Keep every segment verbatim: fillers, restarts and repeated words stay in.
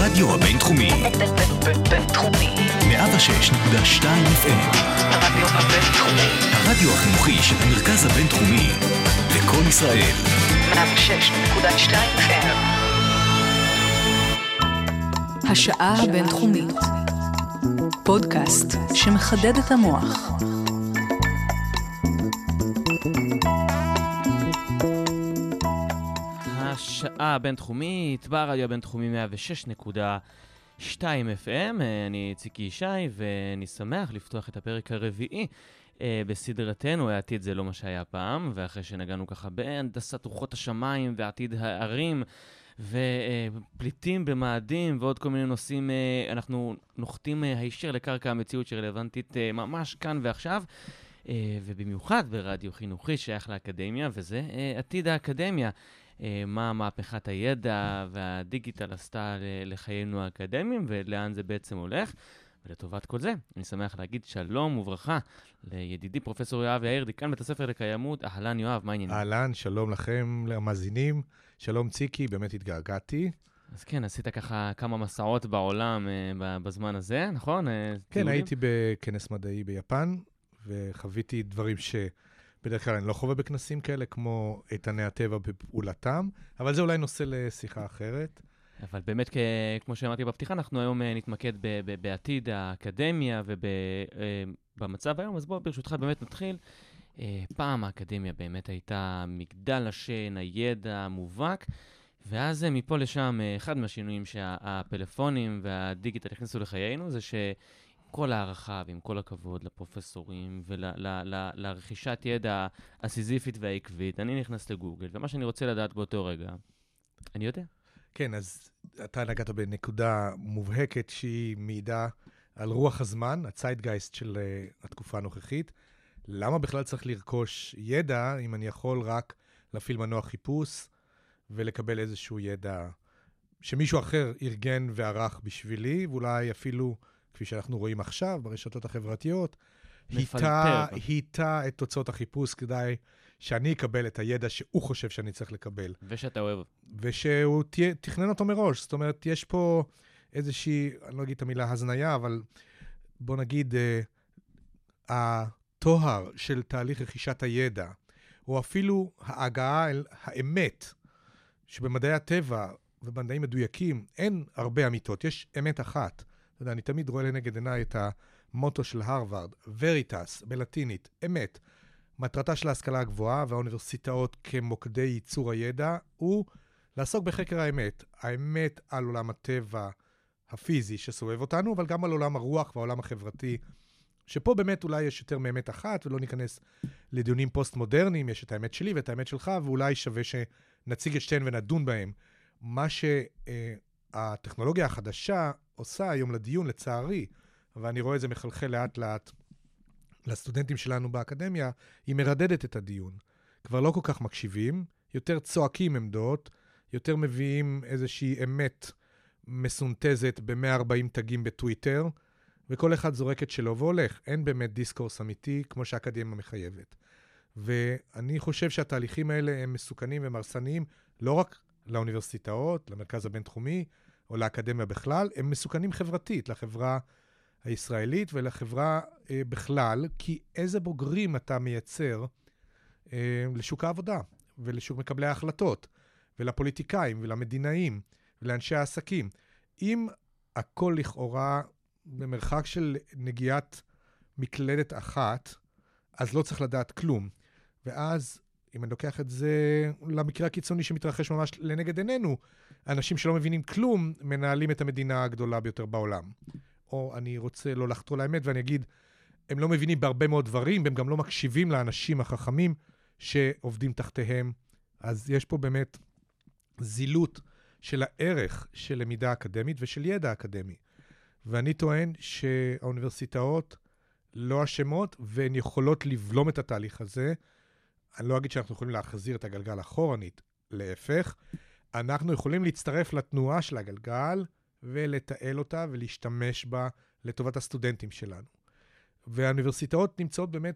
הרדיו הבינתחומי. בינתחומי. מאה ושש נקודה שתיים אף אם. הרדיו הבינתחומי. הרדיו החינוכי של המרכז הבינתחומי. לקול ישראל. מאה ושש נקודה שתיים אף אם. השעה הבינתחומית. פודקאסט שמחדד את המוח. השעה הבינתחומית, ברדיו הבינתחומי מאה ושש נקודה שתיים אף אם. אני ציקי ישי, ואני שמח לפתוח את הפרק הרביעי בסדרתנו, העתיד זה לא מה שהיה פעם, ואחרי שנגענו ככה בהנדסת רוחות השמיים ועתיד הערים, ופליטים במאדים ועוד כל מיני נושאים, אנחנו נוחתים הישר לקרקע המציאות שרלוונטית ממש כאן ועכשיו, ובמיוחד ברדיו חינוכי שייך לאקדמיה, וזה עתיד האקדמיה. מה מהפכת הידע והדיגיטל עשתה לחיינו האקדמיים ולאן זה בעצם הולך. ולטובת כל זה, אני שמח להגיד שלום וברכה לידידי פרופסור יואב יאיר, דיקן בית הספר לקיימות. אהלן יואב, מה העניינים? אהלן, שלום לכם, למאזינים. שלום ציקי, באמת התגעגעתי. אז כן, עשית ככה כמה מסעות בעולם uh, בזמן הזה, נכון? כן, טיולים? הייתי בכנס מדעי ביפן, וחוויתי דברים שבדרך כלל אני לא חווה בכנסים כאלה, כמו איתני הטבע בפעולתם, אבל זה אולי נושא לשיחה אחרת. אבל באמת, כמו שאמרתי בפתיחה, אנחנו היום נתמקד ב- ב- בעתיד האקדמיה ובמצב היום, אז בואו ברשותך באמת נתחיל. פעם האקדמיה באמת הייתה מגדל השן, הידע המובהק, ואז מפה לשם, אחד מהשינויים שהפלאפונים והדיגיטל הכניסו לחיינו, זה שכל הערכה ועם כל הכבוד לפרופסורים ולרכישת ידע הסיזיפית והעקבית, אני נכנס לגוגל, ומה שאני רוצה לדעת באותו רגע, אני יודע. כן, אז אתה נגעת בנקודה מובהקת שהיא מעידה על רוח הזמן, הצייטגייסט של uh, התקופה הנוכחית. למה בכלל צריך לרכוש ידע אם אני יכול רק להפעיל מנוע חיפוש ולקבל איזשהו ידע שמישהו אחר ארגן וערך בשבילי, ואולי אפילו, כפי שאנחנו רואים עכשיו ברשתות החברתיות, היטה, היטה את תוצאות החיפוש כדי שאני אקבל את הידע שהוא חושב שאני צריך לקבל. ושאתה אוהב. ושהוא תכנן אותו מראש. זאת אומרת, יש פה איזושהי, אני לא אגיד את המילה הזניה, אבל בוא נגיד, uh, התוהר של תהליך רכישת הידע, או אפילו ההגעה אל האמת, שבמדעי הטבע ובמדעים מדויקים אין הרבה אמיתות, יש אמת אחת. אתה יודע, אני תמיד רואה לנגד עיניי את המוטו של הרווארד, וריטס, בלטינית, אמת. מטרתה של ההשכלה הגבוהה והאוניברסיטאות כמוקדי ייצור הידע הוא לעסוק בחקר האמת. האמת על עולם הטבע הפיזי שסובב אותנו, אבל גם על עולם הרוח והעולם החברתי, שפה באמת אולי יש יותר מאמת אחת, ולא ניכנס לדיונים פוסט-מודרניים, יש את האמת שלי ואת האמת שלך, ואולי שווה שנציג את שתיהן ונדון בהם. מה שהטכנולוגיה החדשה עושה היום לדיון, לצערי, ואני רואה את זה מחלחל לאט לאט, לסטודנטים שלנו באקדמיה, היא מרדדת את הדיון. כבר לא כל כך מקשיבים, יותר צועקים עמדות, יותר מביאים איזושהי אמת מסונטזת ב-מאה וארבעים תגים בטוויטר, וכל אחד זורק את שלו והולך. אין באמת דיסקורס אמיתי כמו שהאקדמיה מחייבת. ואני חושב שהתהליכים האלה הם מסוכנים ומרסניים, לא רק לאוניברסיטאות, למרכז הבינתחומי, או לאקדמיה בכלל, הם מסוכנים חברתית, לחברה הישראלית ולחברה אה, בכלל, כי איזה בוגרים אתה מייצר אה, לשוק העבודה, ולשוק מקבלי ההחלטות, ולפוליטיקאים, ולמדינאים, ולאנשי העסקים. אם הכל לכאורה במרחק של נגיעת מקלדת אחת, אז לא צריך לדעת כלום. ואז, אם אני לוקח את זה למקרה הקיצוני שמתרחש ממש לנגד עינינו, אנשים שלא מבינים כלום, מנהלים את המדינה הגדולה ביותר בעולם. או אני רוצה לא לחתור לאמת, ואני אגיד, הם לא מבינים בהרבה מאוד דברים, והם גם לא מקשיבים לאנשים החכמים שעובדים תחתיהם. אז יש פה באמת זילות של הערך של למידה אקדמית ושל ידע אקדמי. ואני טוען שהאוניברסיטאות לא אשמות, והן יכולות לבלום את התהליך הזה. אני לא אגיד שאנחנו יכולים להחזיר את הגלגל אחורנית, להפך. אנחנו יכולים להצטרף לתנועה של הגלגל, ולתעל אותה ולהשתמש בה לטובת הסטודנטים שלנו. והאוניברסיטאות נמצאות באמת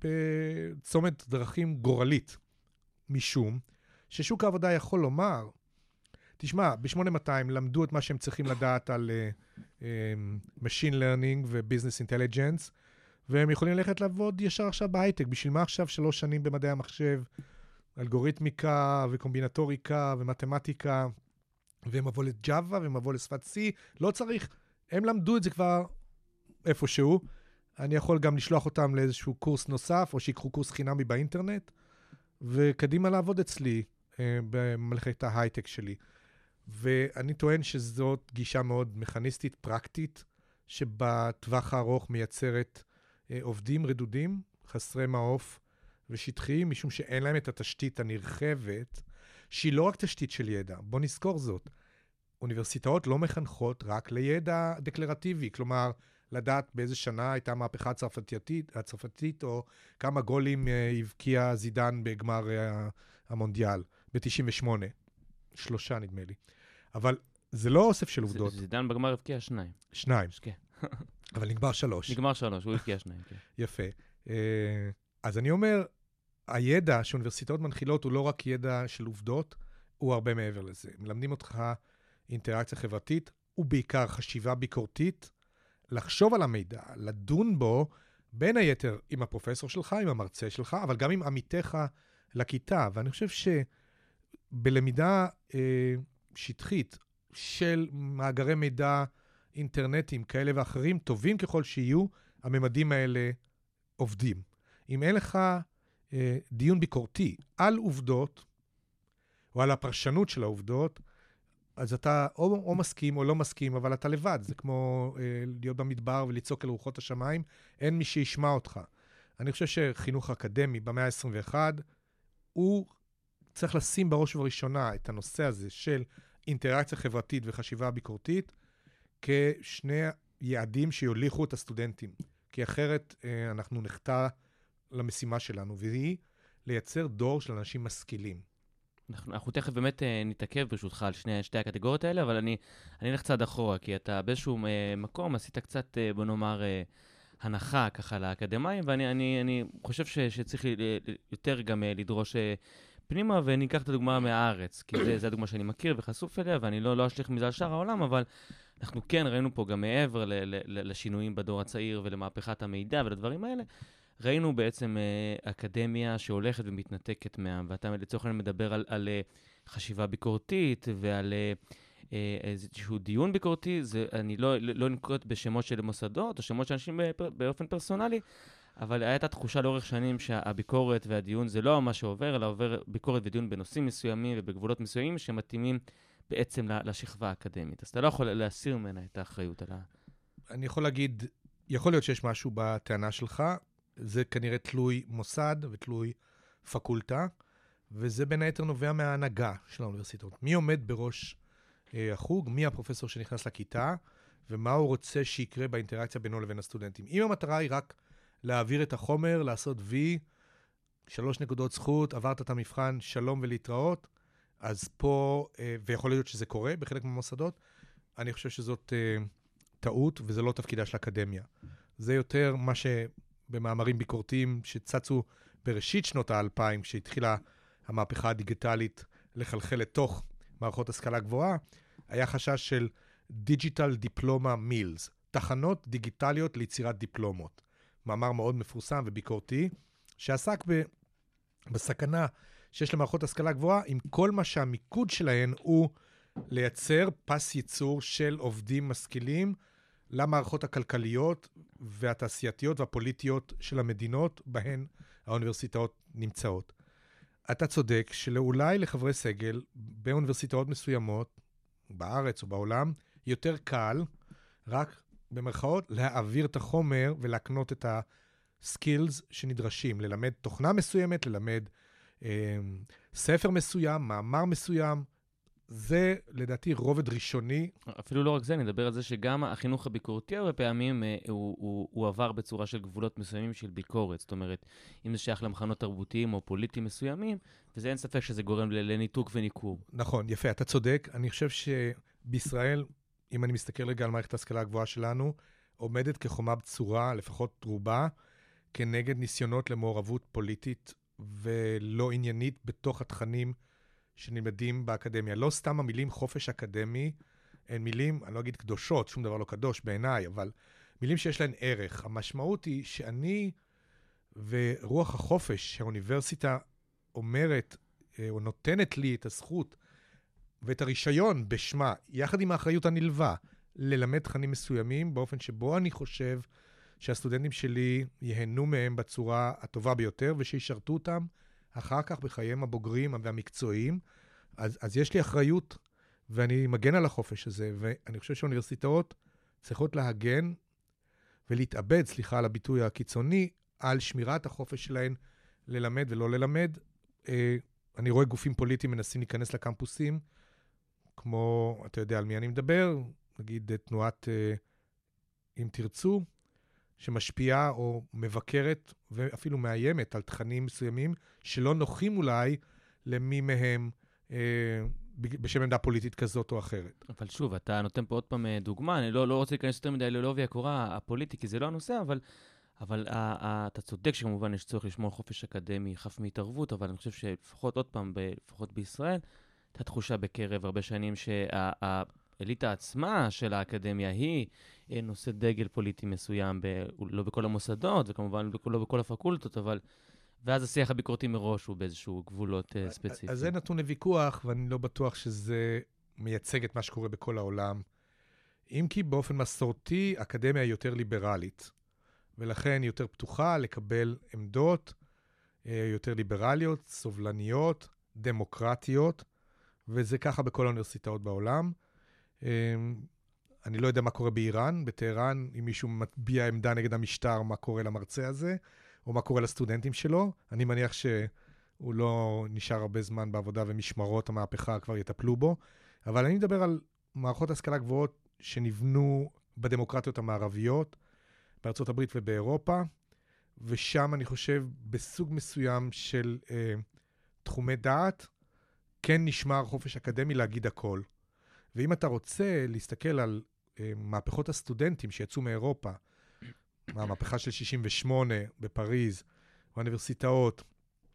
בצומת דרכים גורלית, משום ששוק העבודה יכול לומר, תשמע, ב-שמונה מאתיים למדו את מה שהם צריכים לדעת על uh, um, Machine Learning ו-Business Intelligence, והם יכולים ללכת לעבוד ישר עכשיו בהייטק. בשביל מה עכשיו שלוש שנים במדעי המחשב, אלגוריתמיקה וקומבינטוריקה ומתמטיקה, והם עברו לג'אווה והם עברו לשפת C, לא צריך. הם למדו את זה כבר איפשהו. אני יכול גם לשלוח אותם לאיזשהו קורס נוסף, או שיקחו קורס חינמי באינטרנט, וקדימה לעבוד אצלי אה, במלאכת ההייטק שלי. ואני טוען שזאת גישה מאוד מכניסטית, פרקטית, שבטווח הארוך מייצרת אה, עובדים רדודים, חסרי מעוף ושטחיים, משום שאין להם את התשתית הנרחבת, שהיא לא רק תשתית של ידע. בוא נזכור זאת. אוניברסיטאות לא מחנכות רק לידע דקלרטיבי, כלומר, לדעת באיזה שנה הייתה המהפכה הצרפתית, הצרפתית או כמה גולים uh, הבקיע זידן בגמר uh, המונדיאל, ב-תשעים ושמונה. שלושה נדמה לי. אבל זה לא אוסף של עובדות. זידן בגמר הבקיע שניים. שניים. כן. אבל נגמר שלוש. נגמר שלוש, הוא הבקיע שניים, כן. יפה. Uh, אז אני אומר, הידע שאוניברסיטאות מנחילות הוא לא רק ידע של עובדות, הוא הרבה מעבר לזה. מלמדים אותך אינטראקציה חברתית, ובעיקר חשיבה ביקורתית, לחשוב על המידע, לדון בו, בין היתר עם הפרופסור שלך, עם המרצה שלך, אבל גם עם עמיתיך לכיתה. ואני חושב שבלמידה אה, שטחית של מאגרי מידע אינטרנטיים כאלה ואחרים, טובים ככל שיהיו, הממדים האלה עובדים. אם אין לך אה, דיון ביקורתי על עובדות, או על הפרשנות של העובדות, אז אתה או, או מסכים או לא מסכים, אבל אתה לבד. זה כמו אה, להיות במדבר ולצעוק אל רוחות השמיים. אין מי שישמע אותך. אני חושב שחינוך אקדמי במאה ה-עשרים ואחת, הוא צריך לשים בראש ובראשונה את הנושא הזה של אינטראקציה חברתית וחשיבה ביקורתית, כשני יעדים שיוליכו את הסטודנטים. כי אחרת אה, אנחנו נחטא למשימה שלנו, והיא לייצר דור של אנשים משכילים. אנחנו, אנחנו תכף באמת אה, נתעכב ברשותך על שני, שתי הקטגוריות האלה, אבל אני, אני אלך צעד אחורה, כי אתה באיזשהו אה, מקום עשית קצת, אה, בוא נאמר, אה, הנחה ככה לאקדמיים, ואני אני, אני חושב ש, שצריך ל, יותר גם אה, לדרוש אה, פנימה, ואני אקח את הדוגמה מהארץ, כי זה, זה הדוגמה שאני מכיר וחשוף אליה, ואני לא, לא אשליך מזה על שאר העולם, אבל אנחנו כן ראינו פה גם מעבר ל, ל, ל, לשינויים בדור הצעיר ולמהפכת המידע ולדברים האלה, ראינו בעצם אה, אקדמיה שהולכת ומתנתקת מה... ואתה לצורך העניין מדבר על, על אה, חשיבה ביקורתית ועל אה, אה, איזשהו דיון ביקורתי. זה, אני לא, לא נקוט בשמות של מוסדות או שמות של אנשים בפר, באופן פרסונלי, אבל הייתה תחושה לאורך שנים שהביקורת והדיון זה לא מה שעובר, אלא עובר ביקורת ודיון בנושאים מסוימים ובגבולות מסוימים שמתאימים בעצם לשכבה האקדמית. אז אתה לא יכול להסיר ממנה את האחריות על ה... אני יכול להגיד, יכול להיות שיש משהו בטענה שלך, זה כנראה תלוי מוסד ותלוי פקולטה, וזה בין היתר נובע מההנהגה של האוניברסיטאות. מי עומד בראש אה, החוג, מי הפרופסור שנכנס לכיתה, ומה הוא רוצה שיקרה באינטראקציה בינו לבין הסטודנטים. אם המטרה היא רק להעביר את החומר, לעשות וי, שלוש נקודות זכות, עברת את המבחן, שלום ולהתראות, אז פה, אה, ויכול להיות שזה קורה בחלק מהמוסדות, אני חושב שזאת אה, טעות, וזה לא תפקידה של האקדמיה. זה יותר מה ש... במאמרים ביקורתיים שצצו בראשית שנות האלפיים, כשהתחילה המהפכה הדיגיטלית לחלחל לתוך מערכות השכלה גבוהה, היה חשש של Digital Diploma Mills, תחנות דיגיטליות ליצירת דיפלומות. מאמר מאוד מפורסם וביקורתי, שעסק ב... בסכנה שיש למערכות השכלה גבוהה, עם כל מה שהמיקוד שלהן הוא לייצר פס ייצור של עובדים משכילים, למערכות הכלכליות והתעשייתיות והפוליטיות של המדינות בהן האוניברסיטאות נמצאות. אתה צודק שלאולי לחברי סגל באוניברסיטאות מסוימות, בארץ או בעולם, יותר קל, רק במרכאות, להעביר את החומר ולהקנות את הסקילס שנדרשים, ללמד תוכנה מסוימת, ללמד אה, ספר מסוים, מאמר מסוים, זה, לדעתי, רובד ראשוני. אפילו לא רק זה, נדבר על זה שגם החינוך הביקורתי הרבה פעמים אה, הוא, הוא, הוא עבר בצורה של גבולות מסוימים של ביקורת. זאת אומרת, אם זה שייך למחנות תרבותיים או פוליטיים מסוימים, וזה אין ספק שזה גורם לניתוק וניכור. נכון, יפה, אתה צודק. אני חושב שבישראל, אם אני מסתכל רגע על מערכת ההשכלה הגבוהה שלנו, עומדת כחומה בצורה, לפחות רובה, כנגד ניסיונות למעורבות פוליטית ולא עניינית בתוך התכנים שנלמדים באקדמיה. לא סתם המילים חופש אקדמי, הן מילים, אני לא אגיד קדושות, שום דבר לא קדוש בעיניי, אבל מילים שיש להן ערך. המשמעות היא שאני ורוח החופש שהאוניברסיטה אומרת, או נותנת לי את הזכות ואת הרישיון בשמה, יחד עם האחריות הנלווה, ללמד תכנים מסוימים באופן שבו אני חושב שהסטודנטים שלי ייהנו מהם בצורה הטובה ביותר, ושישרתו אותם אחר כך בחייהם הבוגרים והמקצועיים. אז, אז יש לי אחריות, ואני מגן על החופש הזה, ואני חושב שהאוניברסיטאות צריכות להגן ולהתאבד, סליחה על הביטוי הקיצוני, על שמירת החופש שלהן ללמד ולא ללמד. אה, אני רואה גופים פוליטיים מנסים להיכנס לקמפוסים, כמו, אתה יודע על מי אני מדבר, נגיד תנועת אה, אם תרצו, שמשפיעה או מבקרת ואפילו מאיימת על תכנים מסוימים שלא נוחים אולי למי מהם אה, בשם עמדה פוליטית כזאת או אחרת. אבל שוב, אתה נותן פה עוד פעם דוגמה, אני לא, לא רוצה להיכנס יותר מדי ללובי הקורה הפוליטי, כי זה לא הנושא, אבל, אבל ה, ה, אתה צודק שכמובן יש צורך לשמור חופש אקדמי חף מהתערבות, אבל אני חושב שלפחות עוד פעם, ב, לפחות בישראל, הייתה תחושה בקרב הרבה שנים שהאליטה עצמה של האקדמיה היא נושא דגל פוליטי מסוים, ב, לא בכל המוסדות, וכמובן לא בכל הפקולטות, אבל... ואז השיח הביקורתי מראש הוא באיזשהו גבולות uh, ספציפיים. אז זה נתון לוויכוח, ואני לא בטוח שזה מייצג את מה שקורה בכל העולם. אם כי באופן מסורתי, אקדמיה היא יותר ליברלית, ולכן היא יותר פתוחה לקבל עמדות יותר ליברליות, סובלניות, דמוקרטיות, וזה ככה בכל האוניברסיטאות בעולם. אני לא יודע מה קורה באיראן, בטהרן, אם מישהו מטביע עמדה נגד המשטר, מה קורה למרצה הזה, או מה קורה לסטודנטים שלו. אני מניח שהוא לא נשאר הרבה זמן בעבודה ומשמרות המהפכה כבר יטפלו בו. אבל אני מדבר על מערכות השכלה גבוהות שנבנו בדמוקרטיות המערביות, בארצות הברית ובאירופה, ושם אני חושב בסוג מסוים של אה, תחומי דעת, כן נשמר חופש אקדמי להגיד הכל. ואם אתה רוצה להסתכל על אה, מהפכות הסטודנטים שיצאו מאירופה, מהמהפכה של שישים ושמונה בפריז, האוניברסיטאות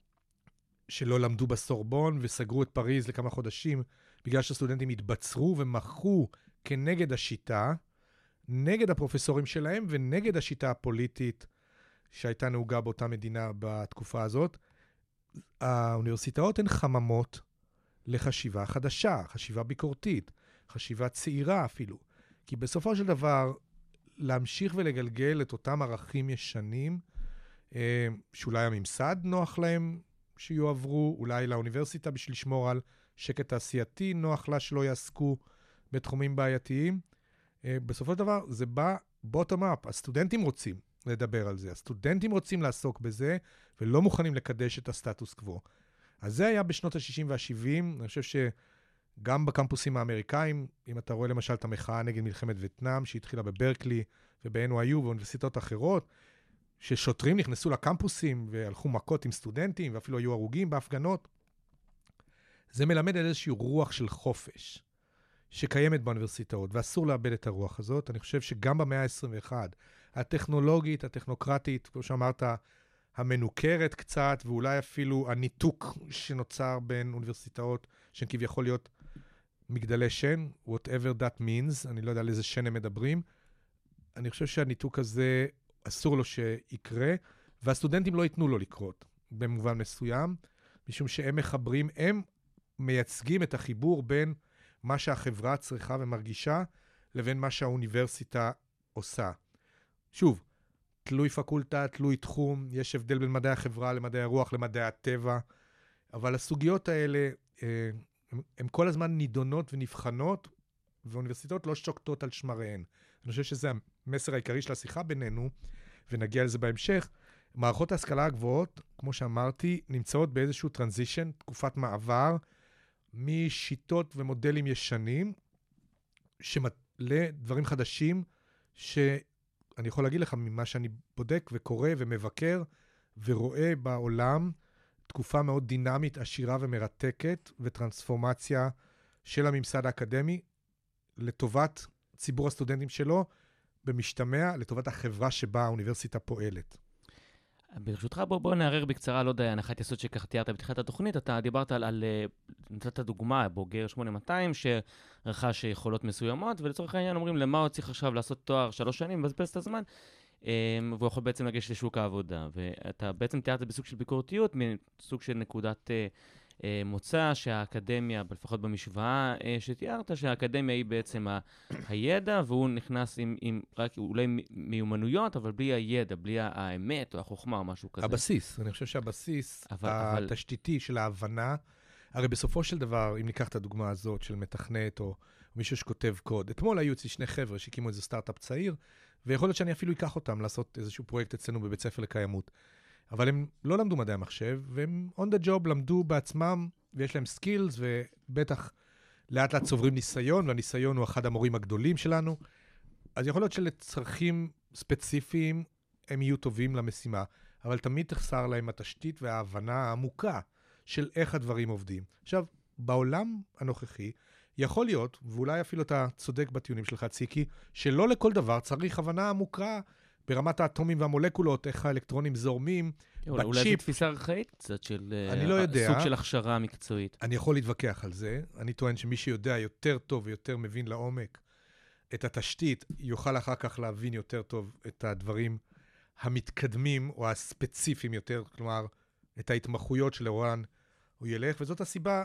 שלא למדו בסורבון וסגרו את פריז לכמה חודשים, בגלל שהסטודנטים התבצרו ומחו כנגד השיטה, נגד הפרופסורים שלהם ונגד השיטה הפוליטית שהייתה נהוגה באותה מדינה בתקופה הזאת. האוניברסיטאות הן חממות לחשיבה חדשה, חשיבה ביקורתית, חשיבה צעירה אפילו. כי בסופו של דבר, להמשיך ולגלגל את אותם ערכים ישנים, שאולי הממסד נוח להם שיועברו, אולי לאוניברסיטה בשביל לשמור על שקט תעשייתי, נוח לה שלא יעסקו בתחומים בעייתיים. בסופו של דבר, זה בא bottom up. הסטודנטים רוצים לדבר על זה, הסטודנטים רוצים לעסוק בזה, ולא מוכנים לקדש את הסטטוס קוו. אז זה היה בשנות ה-שישים וה-שבעים, אני חושב שגם בקמפוסים האמריקאים, אם אתה רואה למשל את המחאה נגד מלחמת וייטנאם, שהתחילה בברקלי וב-אן וואי יו ואוניברסיטאות אחרות, ששוטרים נכנסו לקמפוסים והלכו מכות עם סטודנטים, ואפילו היו הרוגים בהפגנות, זה מלמד על איזושהי רוח של חופש, שקיימת באוניברסיטאות, ואסור לאבד את הרוח הזאת. אני חושב שגם במאה ה-עשרים ואחת, הטכנולוגית, הטכנוקרטית, כמו שאמרת, המנוכרת קצת, ואולי אפילו הניתוק שנוצר בין אוניברסיטאות, שהן כביכול להיות מגדלי שן, whatever that means, אני לא יודע על איזה שן הם מדברים. אני חושב שהניתוק הזה אסור לו שיקרה, והסטודנטים לא ייתנו לו לקרות, במובן מסוים, משום שהם מחברים, הם מייצגים את החיבור בין מה שהחברה צריכה ומרגישה, לבין מה שהאוניברסיטה עושה. שוב, תלוי פקולטה, תלוי תחום, יש הבדל בין מדעי החברה למדעי הרוח, למדעי הטבע, אבל הסוגיות האלה, הן כל הזמן נידונות ונבחנות, ואוניברסיטאות לא שוקטות על שמריהן. אני חושב שזה המסר העיקרי של השיחה בינינו, ונגיע לזה בהמשך. מערכות ההשכלה הגבוהות, כמו שאמרתי, נמצאות באיזשהו טרנזישן, תקופת מעבר, משיטות ומודלים ישנים, לדברים חדשים, שאני יכול להגיד לך ממה שאני בודק וקורא ומבקר, ורואה בעולם תקופה מאוד דינמית, עשירה ומרתקת, וטרנספורמציה של הממסד האקדמי, לטובת ציבור הסטודנטים שלו, במשתמע, לטובת החברה שבה האוניברסיטה פועלת. ברשותך, בוא, בוא נערר בקצרה, לא יודע, הנחת יסוד שכך תיארת בתחילת התוכנית, אתה דיברת על, על נתת דוגמה, בוגר שמונה מאתיים, שרכש יכולות מסוימות, ולצורך העניין אומרים, למה הוא צריך עכשיו לעשות תואר שלוש שנים, מבזבז את הזמן, והוא יכול בעצם לגשת לשוק העבודה. ואתה בעצם תיארת בסוג של ביקורתיות, מסוג של נקודת מוצא, שהאקדמיה, לפחות במשוואה שתיארת, שהאקדמיה היא בעצם הידע, והוא נכנס עם, עם רק אולי מיומנויות, אבל בלי הידע, בלי האמת או החוכמה או משהו כזה. הבסיס, אני חושב שהבסיס אבל, התשתיתי אבל... של ההבנה, הרי בסופו של דבר, אם ניקח את הדוגמה הזאת של מתכנת או מישהו שכותב קוד, אתמול היו אצלי שני חבר'ה שהקימו איזה סטארט-אפ צעיר, ויכול להיות שאני אפילו אקח אותם לעשות איזשהו פרויקט אצלנו בבית ספר לקיימות. אבל הם לא למדו מדעי המחשב, והם on the job למדו בעצמם, ויש להם סקילס, ובטח לאט לאט צוברים ניסיון, והניסיון הוא אחד המורים הגדולים שלנו. אז יכול להיות שלצרכים ספציפיים הם יהיו טובים למשימה, אבל תמיד תחסר להם התשתית וההבנה העמוקה של איך הדברים עובדים. עכשיו, בעולם הנוכחי, יכול להיות, ואולי אפילו אתה צודק בטיעונים שלך, ציקי, שלא לכל דבר צריך הבנה עמוקה ברמת האטומים והמולקולות, איך האלקטרונים זורמים, בצ'יפ. אולי זו תפיסה ארכאית קצת של סוג של הכשרה מקצועית. אני יכול להתווכח על זה. אני טוען שמי שיודע יותר טוב ויותר מבין לעומק את התשתית, יוכל אחר כך להבין יותר טוב את הדברים המתקדמים או הספציפיים יותר, כלומר, את ההתמחויות שלאורן הוא ילך, וזאת הסיבה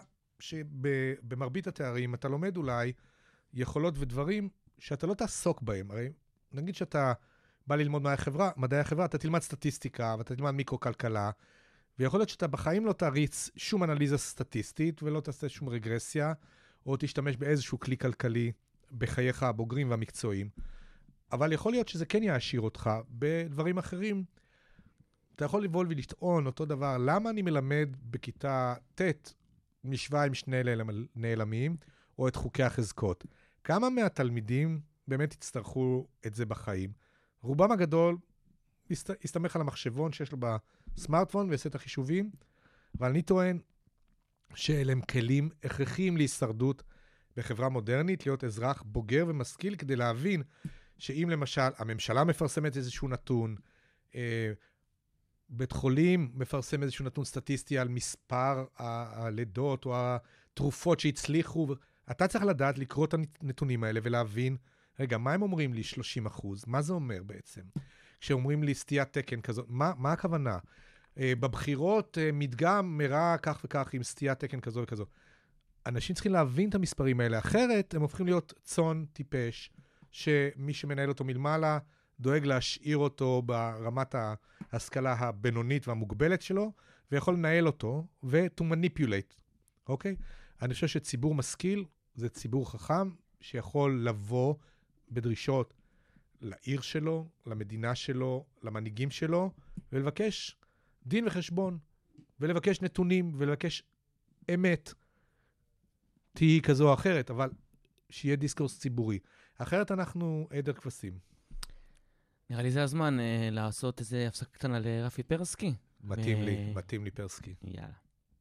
שבמרבית התארים אתה לומד אולי יכולות ודברים שאתה לא תעסוק בהם. הרי נגיד שאתה בא ללמוד מדעי החברה, מדעי החברה, אתה תלמד סטטיסטיקה ואתה תלמד מיקרו-כלכלה, ויכול להיות שאתה בחיים לא תריץ שום אנליזה סטטיסטית ולא תעשה שום רגרסיה, או תשתמש באיזשהו כלי כלכלי בחייך הבוגרים והמקצועיים. אבל יכול להיות שזה כן יעשיר אותך בדברים אחרים. אתה יכול לבוא ולטעון אותו דבר, למה אני מלמד בכיתה ט' משוואה עם שני נעלמים, או את חוקי החזקות? כמה מהתלמידים באמת יצטרכו את זה בחיים? רובם הגדול יסתמך על המחשבון שיש לו בסמארטפון ויעשה את החישובים, אבל אני טוען שאלה הם כלים הכרחיים להישרדות בחברה מודרנית, להיות אזרח בוגר ומשכיל, כדי להבין שאם למשל הממשלה מפרסמת איזשהו נתון, אה, בית חולים מפרסם איזשהו נתון סטטיסטי על מספר הלידות או התרופות שהצליחו, אתה צריך לדעת לקרוא את הנתונים האלה ולהבין, רגע, מה הם אומרים לי שלושים אחוז? מה זה אומר בעצם? כשאומרים לי סטיית תקן כזאת, מה, מה הכוונה? אה, בבחירות אה, מדגם מראה כך וכך עם סטיית תקן כזו וכזו. אנשים צריכים להבין את המספרים האלה, אחרת הם הופכים להיות צאן טיפש, שמי שמנהל אותו מלמעלה דואג להשאיר אותו ברמת ההשכלה הבינונית והמוגבלת שלו, ויכול לנהל אותו ו-to manipulate, אוקיי? אני חושב שציבור משכיל זה ציבור חכם, שיכול לבוא בדרישות לעיר שלו, למדינה שלו, למנהיגים שלו, ולבקש דין וחשבון, ולבקש נתונים, ולבקש אמת, תהי כזו או אחרת, אבל שיהיה דיסקורס ציבורי. אחרת אנחנו עדר כבשים. נראה לי זה הזמן אה, לעשות איזה הפסקה קטנה לרפי פרסקי. מתאים ו... לי, מתאים לי פרסקי. יאללה.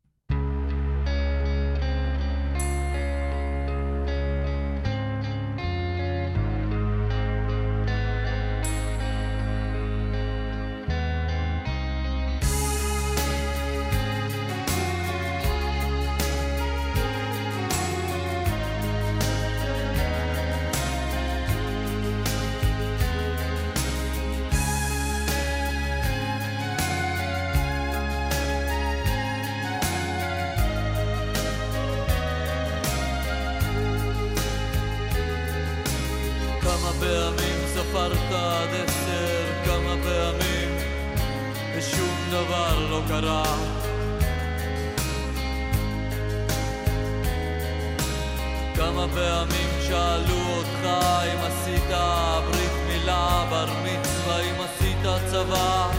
פעמים ספרת עד עשר, כמה פעמים ושום דבר לא קרה. כמה פעמים שאלו אותך אם עשית ברית מילה, בר מצווה, אם עשית צבא.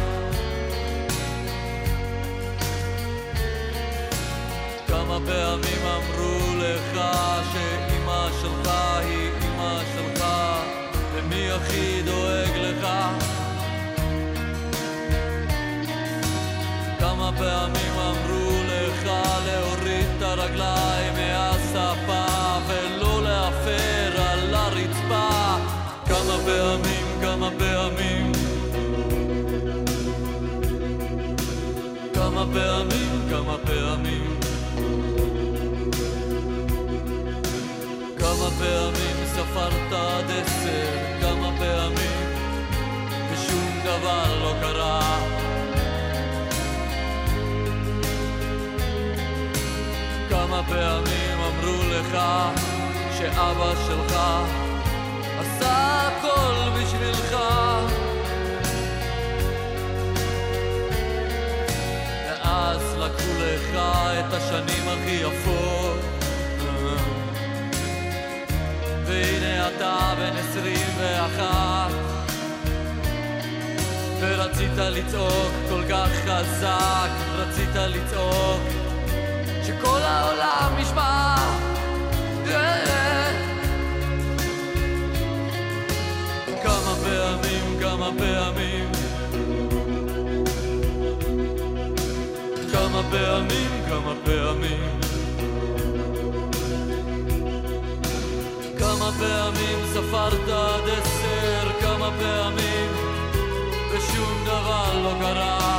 כמה פעמים אמרו לך שאמא שלך היא אמא שלך, ומי הכי דואג לך? כמה פעמים אמרו לך להוריד את הרגליים מהספה ולא להפר על הרצפה? כמה פעמים, כמה פעמים, כמה פעמים, כמה פעמים, עשר, כמה פעמים ושום דבר לא קרה. כמה פעמים אמרו לך שאבא שלך עשה הכל בשבילך, ואז לקחו לך את השנים הכי יפות, והנה אתה בן עשרים ואחת, ורצית לצעוק כל כך חזק, רצית לצעוק שכל העולם ישמע. כמה פעמים, כמה פעמים, כמה פעמים, כמה פעמים, כמה פעמים ספרת עד עשר, כמה פעמים ושום דבר לא קרה.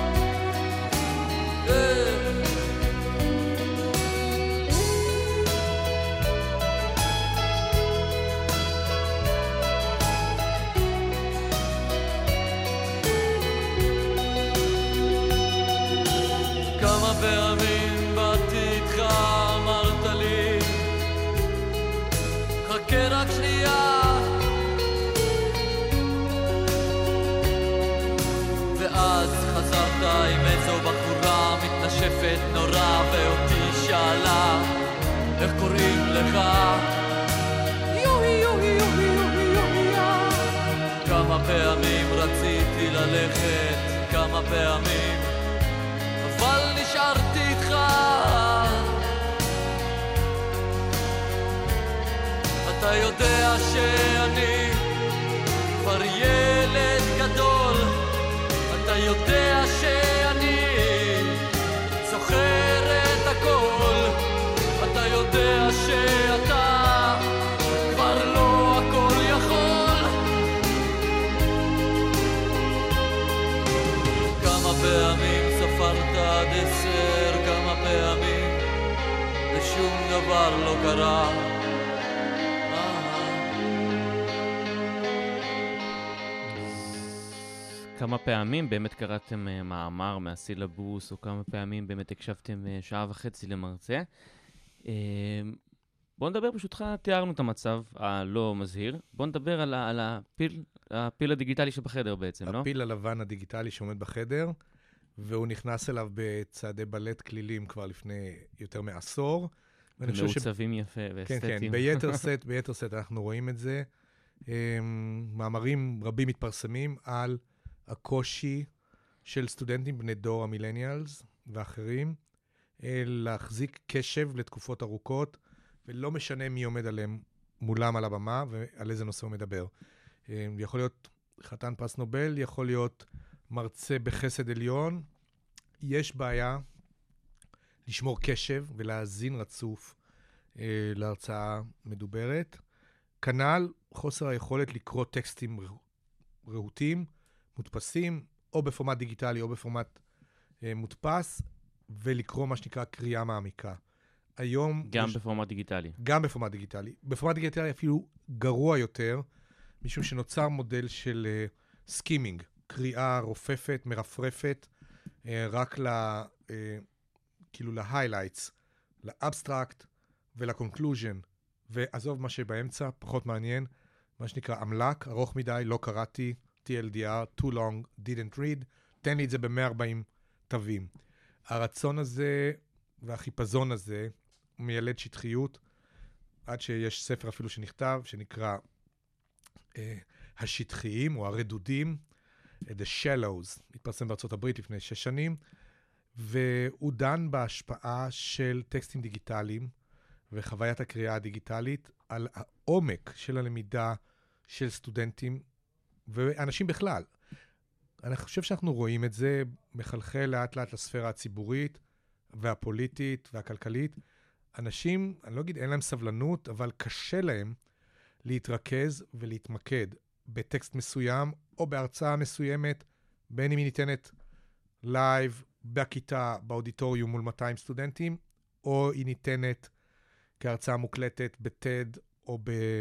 כמה פעמים באתי איתך, אמרת לי חכה רק שנייה, ואז חזרת עם איזו בחורה מתנשפת נורא, ואותי שאלה איך קוראים לך, יוי יוי יוי יוי יוי. כמה פעמים רציתי ללכת, כמה פעמים, אבל נשארתי איתך. אתה יודע שאני כבר ילד גדול, אתה יודע שאני זוכר את הכל, אתה יודע שאתה כבר לא הכל יכול. כמה פעמים ספרת עד עשר, כמה פעמים ושום דבר לא קרה. כמה פעמים באמת קראתם uh, מאמר מהסילבוס, או כמה פעמים באמת הקשבתם uh, שעה וחצי למרצה. Uh, בואו נדבר, פשוט תיארנו את המצב הלא מזהיר. בואו נדבר על, ה- על הפיל, הפיל הדיגיטלי שבחדר בעצם, לא? הפיל הלבן הדיגיטלי שעומד בחדר, והוא נכנס אליו בצעדי בלט כלילים כבר לפני יותר מעשור. מעוצבים יפה ואסתטיים. כן, כן, ביתר סט, ביתר סט אנחנו רואים את זה. מאמרים רבים מתפרסמים על הקושי של סטודנטים בני דור המילניאלס ואחרים, להחזיק קשב לתקופות ארוכות, ולא משנה מי עומד עליהם מולם על הבמה ועל איזה נושא הוא מדבר. יכול להיות חתן פרס נובל, יכול להיות מרצה בחסד עליון. יש בעיה לשמור קשב ולהאזין רצוף אה, להרצאה מדוברת. כנ"ל חוסר היכולת לקרוא טקסטים רהוטים, מודפסים, או בפורמט דיגיטלי או בפורמט אה, מודפס, ולקרוא מה שנקרא קריאה מעמיקה. היום... גם יש... בפורמט דיגיטלי. גם בפורמט דיגיטלי. בפורמט דיגיטלי אפילו גרוע יותר, משום שנוצר מודל של uh, סקימינג, קריאה רופפת, מרפרפת, uh, רק ל... Uh, כאילו ל-highlights, ל-abstract ול-conclusion, ועזוב מה שבאמצע, פחות מעניין, מה שנקרא אמלק, ארוך מדי, לא קראתי, טי אל די אר, too long, didn't read, תן לי את זה ב-מאה וארבעים תווים. הרצון הזה והחיפזון הזה מיילד שטחיות, עד שיש ספר אפילו שנכתב, שנקרא אה, השטחיים או הרדודים, The Shallows, התפרסם בארצות הברית לפני שש שנים, והוא דן בהשפעה של טקסטים דיגיטליים וחוויית הקריאה הדיגיטלית על העומק של הלמידה של סטודנטים ואנשים בכלל. אני חושב שאנחנו רואים את זה מחלחל לאט לאט לספירה הציבורית והפוליטית והכלכלית. אנשים, אני לא אגיד אין להם סבלנות, אבל קשה להם להתרכז ולהתמקד בטקסט מסוים או בהרצאה מסוימת, בין אם היא ניתנת לייב בכיתה, באודיטוריום מול מאתיים סטודנטים, או היא ניתנת כהרצאה מוקלטת בטד או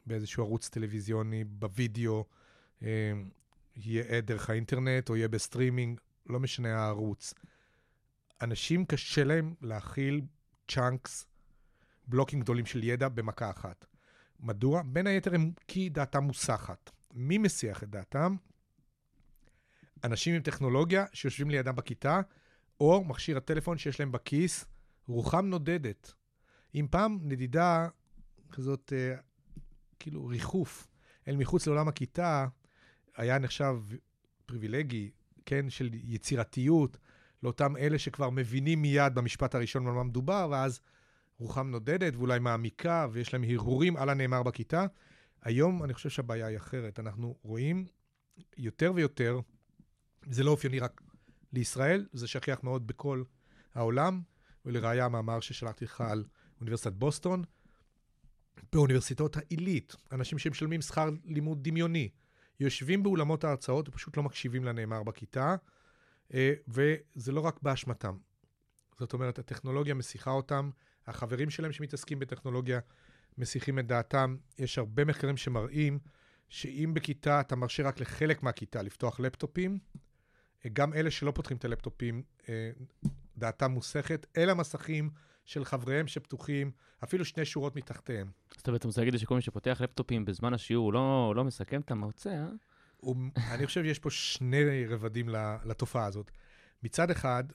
באיזשהו ערוץ טלוויזיוני, בווידאו, יהיה עד דרך האינטרנט או יהיה בסטרימינג, לא משנה הערוץ. אנשים קשה להם להכיל צ'אנקס, בלוקים גדולים של ידע במכה אחת. מדוע? בין היתר הם כי דעתם מוסחת. מי מסיח את דעתם? אנשים עם טכנולוגיה שיושבים לידם בכיתה, או מכשיר הטלפון שיש להם בכיס, רוחם נודדת. אם פעם נדידה כזאת, אה, כאילו ריחוף, אל מחוץ לעולם הכיתה, היה נחשב פריבילגי, כן, של יצירתיות, לאותם אלה שכבר מבינים מיד במשפט הראשון על מה מדובר, ואז רוחם נודדת ואולי מעמיקה, ויש להם הרהורים על הנאמר בכיתה. היום אני חושב שהבעיה היא אחרת. אנחנו רואים יותר ויותר, זה לא אופייני רק לישראל, זה שכיח מאוד בכל העולם, ולראיה המאמר ששלחתי לך על אוניברסיטת בוסטון, באוניברסיטאות העילית, אנשים שמשלמים שכר לימוד דמיוני, יושבים באולמות ההרצאות ופשוט לא מקשיבים לנאמר בכיתה, וזה לא רק באשמתם. זאת אומרת, הטכנולוגיה משיחה אותם, החברים שלהם שמתעסקים בטכנולוגיה משיחים את דעתם. יש הרבה מחקרים שמראים שאם בכיתה אתה מרשה רק לחלק מהכיתה לפתוח לפטופים, גם אלה שלא פותחים את הלפטופים, דעתם מוסכת, אלה המסכים של חבריהם שפתוחים, אפילו שני שורות מתחתיהם. זאת אומרת, אתה רוצה להגיד שכל מי שפותח לפטופים בזמן השיעור לא, לא מסכם את המרצה, אה? אני חושב שיש פה שני רבדים לתופעה הזאת. מצד אחד,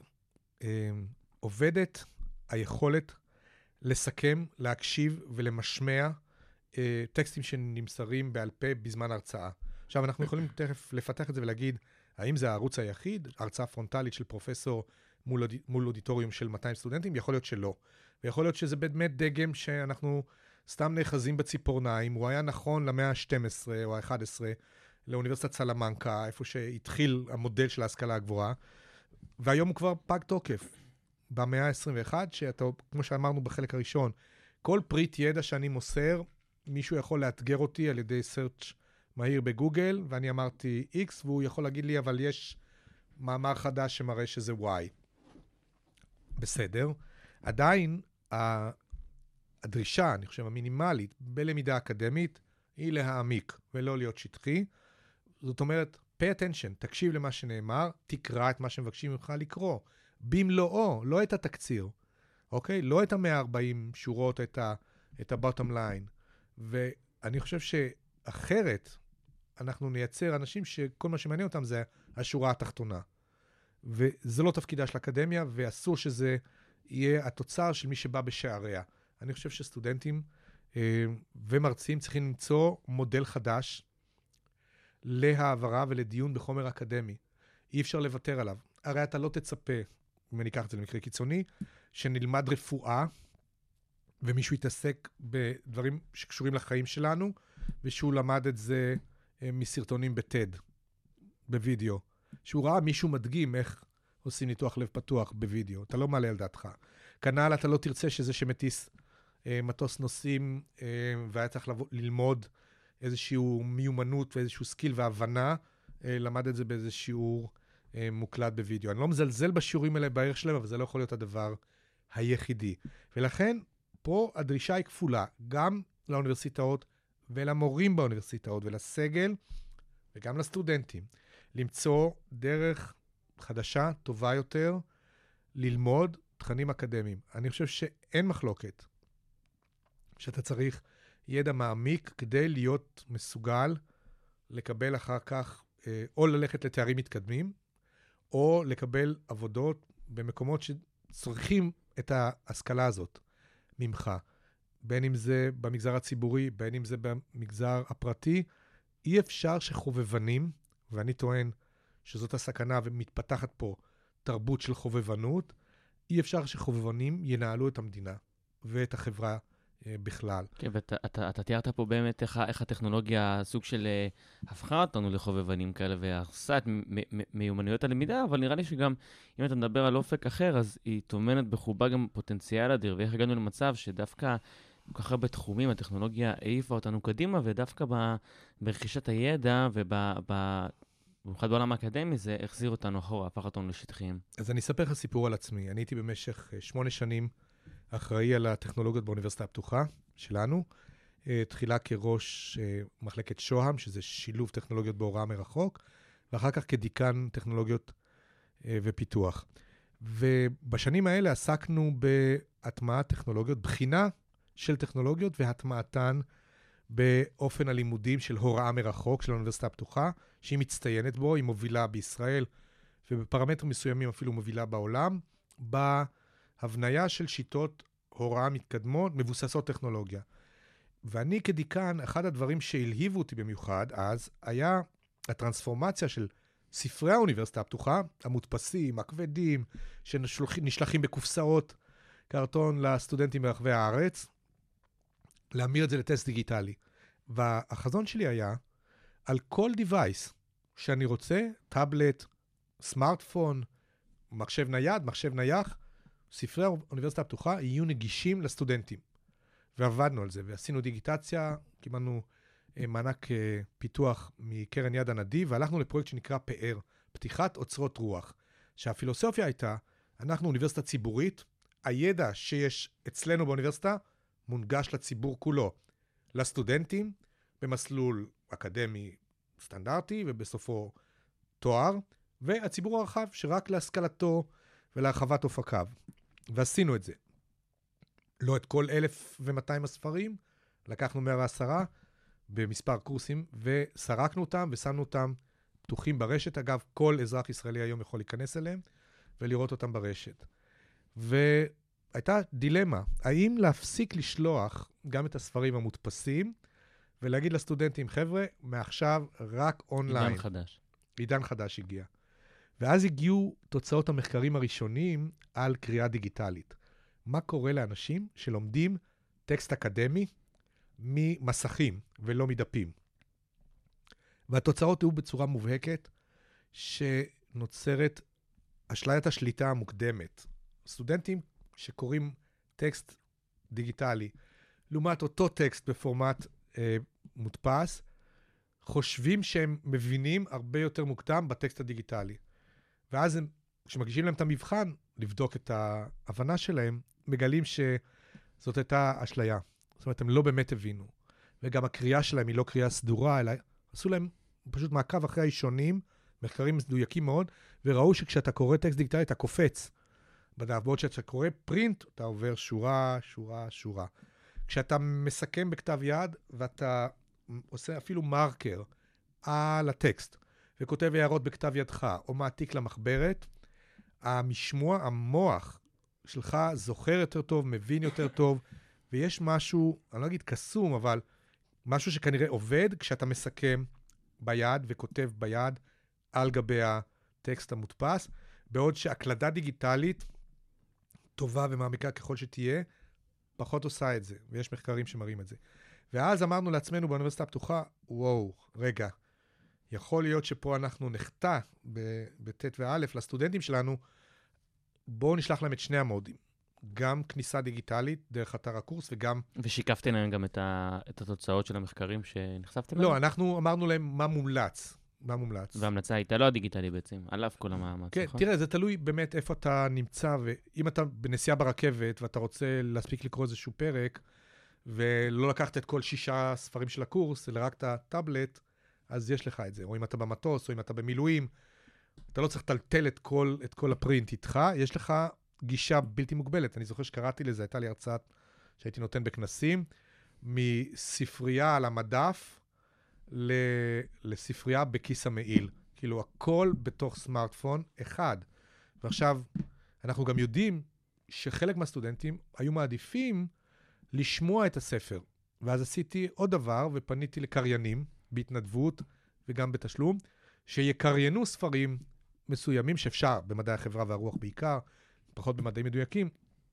עובדת היכולת לסכם, להקשיב ולמשמע טקסטים שנמסרים בעל פה בזמן הרצאה. עכשיו, אנחנו יכולים תכף לפתח את זה ולהגיד, האם זה הערוץ היחיד, הרצאה פרונטלית של פרופסור מול, מול אודיטוריום של מאתיים סטודנטים? יכול להיות שלא. ויכול להיות שזה באמת דגם שאנחנו סתם נאחזים בציפורניים, הוא היה נכון למאה ה-שתים עשרה או ה-אחת עשרה, לאוניברסיטת סלמנקה, איפה שהתחיל המודל של ההשכלה הגבוהה, והיום הוא כבר פג תוקף. במאה ה-עשרים ואחת, שאתה, כמו שאמרנו בחלק הראשון, כל פריט ידע שאני מוסר, מישהו יכול לאתגר אותי על ידי סרצ' מהיר בגוגל, ואני אמרתי X, והוא יכול להגיד לי, אבל יש מאמר חדש שמראה שזה Y. בסדר. עדיין, הדרישה, אני חושב, המינימלית, בלמידה אקדמית, היא להעמיק ולא להיות שטחי. זאת אומרת, pay attention, תקשיב למה שנאמר, תקרא את מה שמבקשים ממך לקרוא. במלואו, לא את התקציר. אוקיי? לא את ה-מאה וארבעים שורות, את ה- את ה-bottom line. ואני חושב שאחרת, אנחנו נייצר אנשים שכל מה שמעניין אותם זה השורה התחתונה. וזה לא תפקידה של האקדמיה, ואסור שזה יהיה התוצר של מי שבא בשעריה. אני חושב שסטודנטים אה, ומרצים צריכים למצוא מודל חדש להעברה ולדיון בחומר אקדמי. אי אפשר לוותר עליו. הרי אתה לא תצפה, אם אני אקח את זה למקרה קיצוני, שנלמד רפואה, ומישהו יתעסק בדברים שקשורים לחיים שלנו, ושהוא למד את זה אה, מסרטונים בטד, בווידאו. שהוא ראה מישהו מדגים איך עושים ניתוח לב פתוח בווידאו. אתה לא מעלה על דעתך. כנ"ל אתה לא תרצה שזה שמטיס אה, מטוס נוסעים, אה, והיה צריך לבוא, ללמוד איזשהו מיומנות ואיזשהו סקיל והבנה, אה, למד את זה באיזה שיעור אה, מוקלט בווידאו. אני לא מזלזל בשיעורים האלה בערך שלהם, אבל זה לא יכול להיות הדבר היחידי. ולכן, פה הדרישה היא כפולה, גם לאוניברסיטאות ולמורים באוניברסיטאות ולסגל, וגם לסטודנטים. למצוא דרך חדשה, טובה יותר, ללמוד תכנים אקדמיים. אני חושב שאין מחלוקת שאתה צריך ידע מעמיק כדי להיות מסוגל לקבל אחר כך, או ללכת לתארים מתקדמים, או לקבל עבודות במקומות שצריכים את ההשכלה הזאת ממך. בין אם זה במגזר הציבורי, בין אם זה במגזר הפרטי, אי אפשר שחובבנים, ואני טוען שזאת הסכנה ומתפתחת פה תרבות של חובבנות, אי אפשר שחובבנים ינהלו את המדינה ואת החברה אה, בכלל. כן, ואתה אתה, אתה תיארת פה באמת איך, איך הטכנולוגיה, סוג של אה, הפכה אותנו לחובבנים כאלה, והרסה את מ- מ- מיומנויות הלמידה, אבל נראה לי שגם אם אתה מדבר על אופק אחר, אז היא תומנת בחובה גם פוטנציאל אדיר, ואיך הגענו למצב שדווקא כל כך הרבה תחומים, הטכנולוגיה העיפה אותנו קדימה, ודווקא ב- ברכישת הידע ובמיוחד בעולם האקדמי, זה החזיר אותנו אחורה, הפך אותנו לשטחיים. אז אני אספר לך סיפור על עצמי. אני הייתי במשך שמונה שנים אחראי על הטכנולוגיות באוניברסיטה הפתוחה שלנו. תחילה כראש מחלקת שוהם, שזה שילוב טכנולוגיות בהוראה מרחוק, ואחר כך כדיקן טכנולוגיות ופיתוח. ובשנים האלה עסקנו בהטמעת טכנולוגיות, בחינה של טכנולוגיות והטמעתן באופן הלימודים של הוראה מרחוק של האוניברסיטה הפתוחה, שהיא מצטיינת בו, היא מובילה בישראל, ובפרמטרים מסוימים אפילו מובילה בעולם, בהבניה של שיטות הוראה מתקדמות, מבוססות טכנולוגיה. ואני כדיקן, אחד הדברים שהלהיבו אותי במיוחד אז, היה הטרנספורמציה של ספרי האוניברסיטה הפתוחה, המודפסים, הכבדים, שנשלחים בקופסאות קרטון לסטודנטים ברחבי הארץ, להמיר את זה לטסט דיגיטלי. והחזון שלי היה, על כל device שאני רוצה, טאבלט, סמארטפון, מחשב נייד, מחשב נייח, ספרי האוניברסיטה הפתוחה יהיו נגישים לסטודנטים. ועבדנו על זה, ועשינו דיגיטציה, קיבלנו מענק פיתוח מקרן יד הנדיב, והלכנו לפרויקט שנקרא פאר, פתיחת אוצרות רוח, שהפילוסופיה הייתה, אנחנו אוניברסיטה ציבורית, הידע שיש אצלנו באוניברסיטה מונגש לציבור כולו, לסטודנטים, במסלול אקדמי סטנדרטי, ובסופו תואר, והציבור הרחב שרק להשכלתו ולהרחבת אופקיו. ועשינו את זה. לא את כל אלף ומאתיים הספרים, לקחנו מאה ועשרה במספר קורסים, וסרקנו אותם ושמנו אותם פתוחים ברשת. אגב, כל אזרח ישראלי היום יכול להיכנס אליהם ולראות אותם ברשת. והייתה דילמה, האם להפסיק לשלוח גם את הספרים המודפסים, ולהגיד לסטודנטים, חבר'ה, מעכשיו רק אונליין. עידן חדש. עידן חדש הגיע. ואז הגיעו תוצאות המחקרים הראשונים על קריאה דיגיטלית. מה קורה לאנשים שלומדים טקסט אקדמי ממסכים ולא מדפים? והתוצאות היו בצורה מובהקת שנוצרת אשליית השליטה המוקדמת. סטודנטים שקוראים טקסט דיגיטלי, לעומת אותו טקסט בפורמט אה, מודפס, חושבים שהם מבינים הרבה יותר מוקדם בטקסט הדיגיטלי. ואז הם, כשמגישים להם את המבחן, לבדוק את ההבנה שלהם, מגלים שזאת הייתה אשליה. זאת אומרת, הם לא באמת הבינו. וגם הקריאה שלהם היא לא קריאה סדורה, אלא עשו להם פשוט מעקב אחרי האישונים, מחקרים מדויקים מאוד, וראו שכשאתה קורא טקסט דיגיטלי, אתה קופץ בדף. בעוד שאתה קורא פרינט, אתה עובר שורה, שורה, שורה. כשאתה מסכם בכתב יד, ואתה עושה אפילו מרקר על הטקסט, וכותב הערות בכתב ידך, או מעתיק למחברת, המשמוע, המוח שלך זוכר יותר טוב, מבין יותר טוב, ויש משהו, אני לא אגיד קסום, אבל משהו שכנראה עובד כשאתה מסכם ביד וכותב ביד על גבי הטקסט המודפס, בעוד שהקלדה דיגיטלית, טובה ומעמיקה ככל שתהיה, פחות עושה את זה, ויש מחקרים שמראים את זה. ואז אמרנו לעצמנו באוניברסיטה הפתוחה, וואו, רגע, יכול להיות שפה אנחנו נחטא בט' וא' לסטודנטים שלנו, בואו נשלח להם את שני המודים. גם כניסה דיגיטלית דרך אתר הקורס וגם... ושיקפתם להם גם את, ה... את התוצאות של המחקרים שנחשפתם לא, להם? לא, אנחנו אמרנו להם מה מומלץ. מה מומלץ. וההמלצה הייתה לא הדיגיטלי בעצם, על אף כל המאמץ. כן, נכון? תראה, זה תלוי באמת איפה אתה נמצא, ואם אתה בנסיעה ברכבת ואתה רוצה להספיק לקרוא איזשהו פרק, ולא לקחת את כל שישה ספרים של הקורס, אלא רק את הטאבלט, אז יש לך את זה. או אם אתה במטוס, או אם אתה במילואים, אתה לא צריך לטלטל את כל, את כל הפרינט איתך, יש לך גישה בלתי מוגבלת. אני זוכר שקראתי לזה, הייתה לי הרצאה שהייתי נותן בכנסים, מספרייה על המדף לספרייה בכיס המעיל. כאילו, הכל בתוך סמארטפון אחד. ועכשיו, אנחנו גם יודעים שחלק מהסטודנטים היו מעדיפים לשמוע את הספר. ואז עשיתי עוד דבר, ופניתי לקריינים, בהתנדבות וגם בתשלום, שיקריינו ספרים מסוימים שאפשר, במדעי החברה והרוח בעיקר, פחות במדעים מדויקים.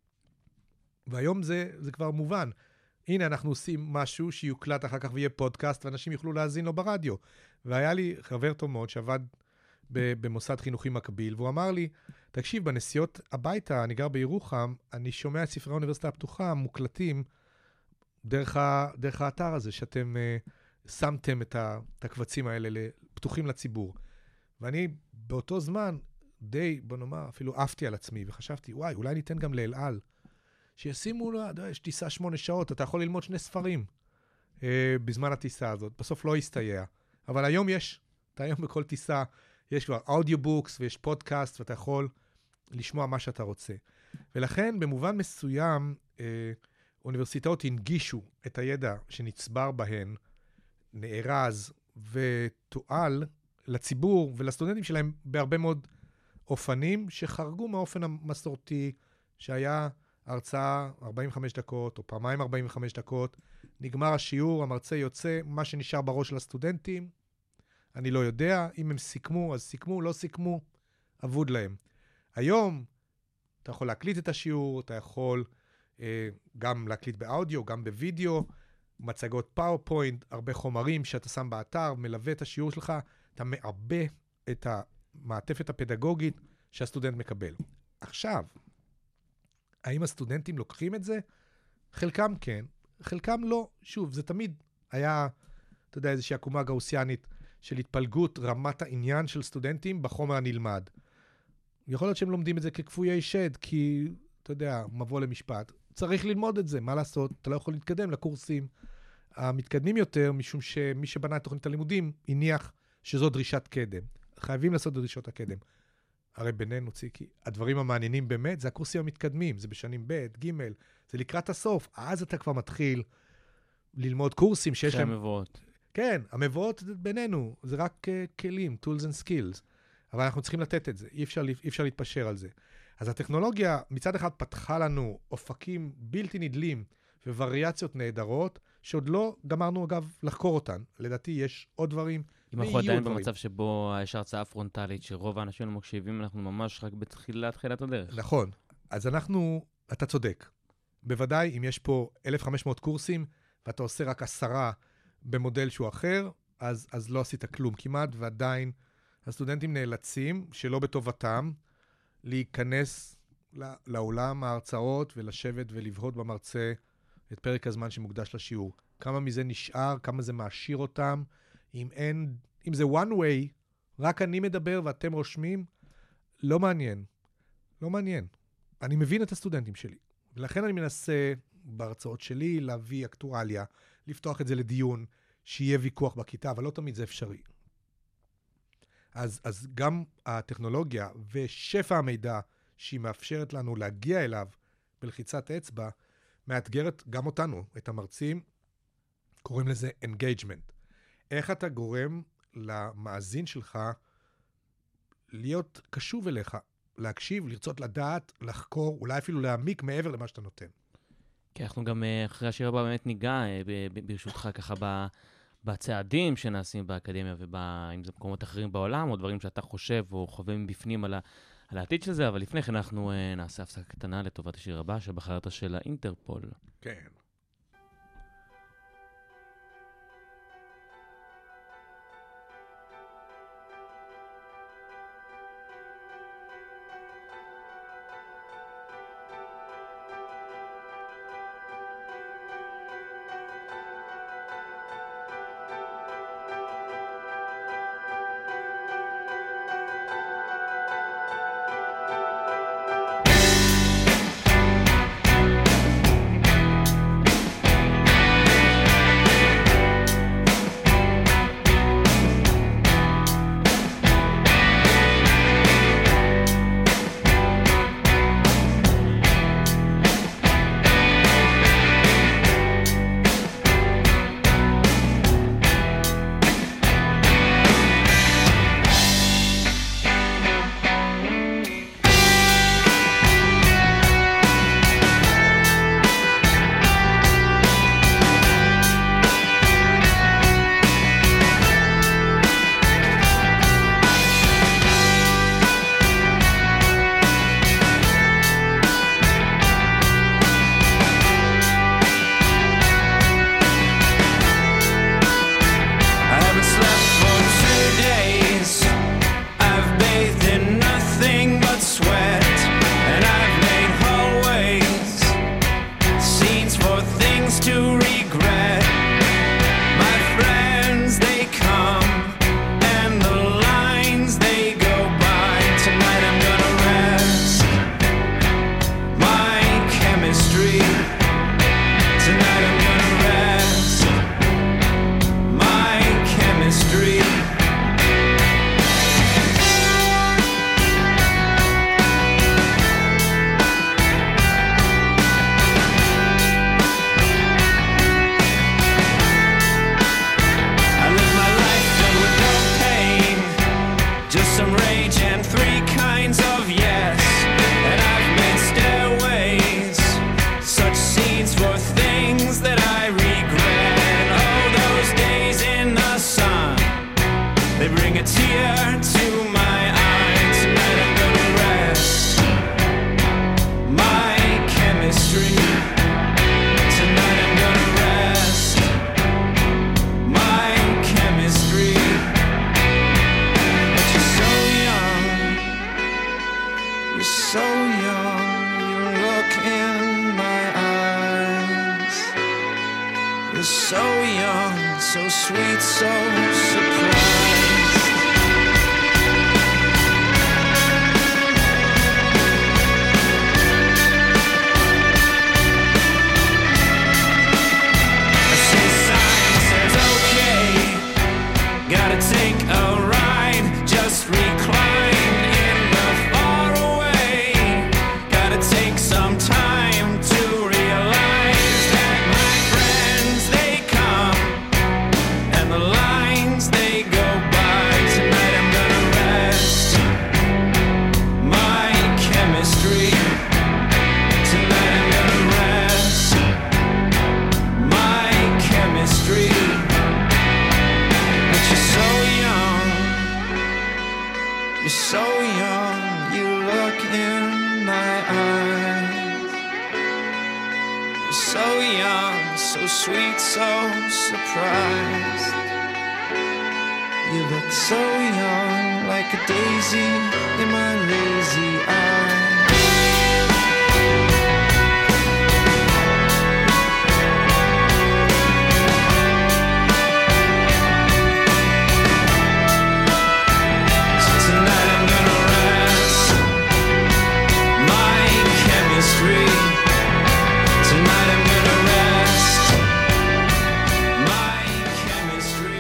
והיום זה, זה כבר מובן. הנה, אנחנו עושים משהו שיוקלט אחר כך ויהיה פודקאסט, ואנשים יוכלו להאזין לו ברדיו. והיה לי חבר טוב מאוד שעבד במוסד חינוכי מקביל, והוא אמר לי, תקשיב, בנסיעות הביתה, אני גר בירוחם, אני שומע את ספרי האוניברסיטה הפתוחה, מוקלטים דרך, ה, דרך האתר הזה, שאתם uh, שמתם את, ה, את הקבצים האלה פתוחים לציבור. ואני באותו זמן, די, בוא נאמר, אפילו עפתי על עצמי, וחשבתי, וואי, אולי ניתן גם לאל על, שישימו לו, יש טיסה שמונה שעות, אתה יכול ללמוד שני ספרים. אה, בזמן הטיסה הזאת. בסוף לא הסתייע. אבל היום יש, אתה היום בכל טיסה, יש כבר אודיובוקס ויש פודקאסט, ואתה יכול לשמוע מה שאתה רוצה. ולכן, במובן מסוים, אה, אוניברסיטאות הנגישו את הידע שנצבר בהן, נארז ותועל לציבור ולסטודנטים שלהם בהרבה מאוד אופנים שחרגו מהאופן המסורתי, שהיה הרצאה ארבעים וחמש דקות או פעמיים ארבעים וחמש דקות, נגמר השיעור, המרצה יוצא, מה שנשאר בראש של הסטודנטים, אני לא יודע, אם הם סיכמו, אז סיכמו, לא סיכמו, עבוד להם. היום אתה יכול להקליט את השיעור, אתה יכול אה, גם להקליט באודיו, גם בווידאו, מצגות פאורפוינט, הרבה חומרים שאתה שם באתר, מלווה את השיעור שלך, אתה מעבה את המעטפת הפדגוגית שהסטודנט מקבל. עכשיו, האם הסטודנטים לוקחים את זה? חלקם כן, חלקם לא. שוב, זה תמיד היה, אתה יודע, איזושהי עקומה גאוסיאנית של התפלגות רמת העניין של סטודנטים בחומר הנלמד. יכול להיות שהם לומדים את זה ככפויי שד, כי, אתה יודע, מבוא למשפט. צריך ללמוד את זה, מה לעשות? אתה לא יכול להתקדם לקורסים המתקדמים יותר, משום שמי שבנה את תוכנית הלימודים הניח שזו דרישת קדם. חייבים לעשות דרישות הקדם. הרי בינינו, ציקי, הדברים המעניינים באמת זה הקורסים המתקדמים, זה בשנים ב', ג', זה לקראת הסוף. אז אתה כבר מתחיל ללמוד קורסים שיש להם... המבואות. כן, המבואות בינינו, זה רק uh, כלים, tools and skills. אבל אנחנו צריכים לתת את זה, אי אפשר, אי אפשר להתפשר על זה. אז הטכנולוגיה מצד אחד פתחה לנו אופקים בלתי נדלים ווריאציות נהדרות, שעוד לא גמרנו אגב לחקור אותן. לדעתי יש עוד דברים, אם אנחנו עדיין במצב שבו יש הרצאה פרונטלית, שרוב האנשים המקשיבים, אנחנו ממש רק בתחילת תחילת הדרך. נכון. אז אנחנו, אתה צודק. בוודאי, אם יש פה אלף וחמש מאות קורסים, ואתה עושה רק עשרה במודל שהוא אחר, אז, אז לא עשית כלום כמעט, ועדיין הסטודנטים נאלצים, שלא בטובתם, להיכנס לעולם ההרצאות ולשבת ולבהות במרצה את פרק הזמן שמוקדש לשיעור. כמה מזה נשאר, כמה זה מעשיר אותם. אם אין, אם זה one way, רק אני מדבר ואתם רושמים, לא מעניין. לא מעניין. אני מבין את הסטודנטים שלי. ולכן אני מנסה בהרצאות שלי להביא אקטואליה, לפתוח את זה לדיון, שיהיה ויכוח בכיתה, אבל לא תמיד זה אפשרי. אז, אז גם הטכנולוגיה ושפע המידע שהיא מאפשרת לנו להגיע אליו בלחיצת אצבע, מאתגרת גם אותנו, את המרצים, קוראים לזה engagement. איך אתה גורם למאזין שלך להיות קשוב אליך, להקשיב, לרצות לדעת, לחקור, אולי אפילו להעמיק מעבר למה שאתה נותן. כי אנחנו גם אחרי השיר הבא באמת ניגע, ברשותך ככה בצעדים שנעשים באקדמיה, ואם זה מקומות אחרים בעולם, או דברים שאתה חושב או חווה מבפנים על, ה, על העתיד של זה, אבל לפני כן אנחנו נעשה הפסקה קטנה לטובת השיר הבא, שבחרת של האינטרפול. כן. tear to my eye. Tonight I'm gonna rest my chemistry. Tonight I'm gonna rest my chemistry. But you're so young, you're so young. You look in my eyes. You're so young, so sweet, so surprised. I say sign says okay, gotta take a ride, just recline in the far away. Gotta take some time to realize that my friends, they come and the lines, they go by. Tonight I'm gonna rest my chemistry. Tonight I'm gonna rest my chemistry. But you're so young, you're so young. You look in my eyes. You're so young, so sweet, so surprised. You look so young, like a daisy in my lazy eye. So tonight I'm gonna rest my chemistry. Tonight I'm gonna rest my chemistry.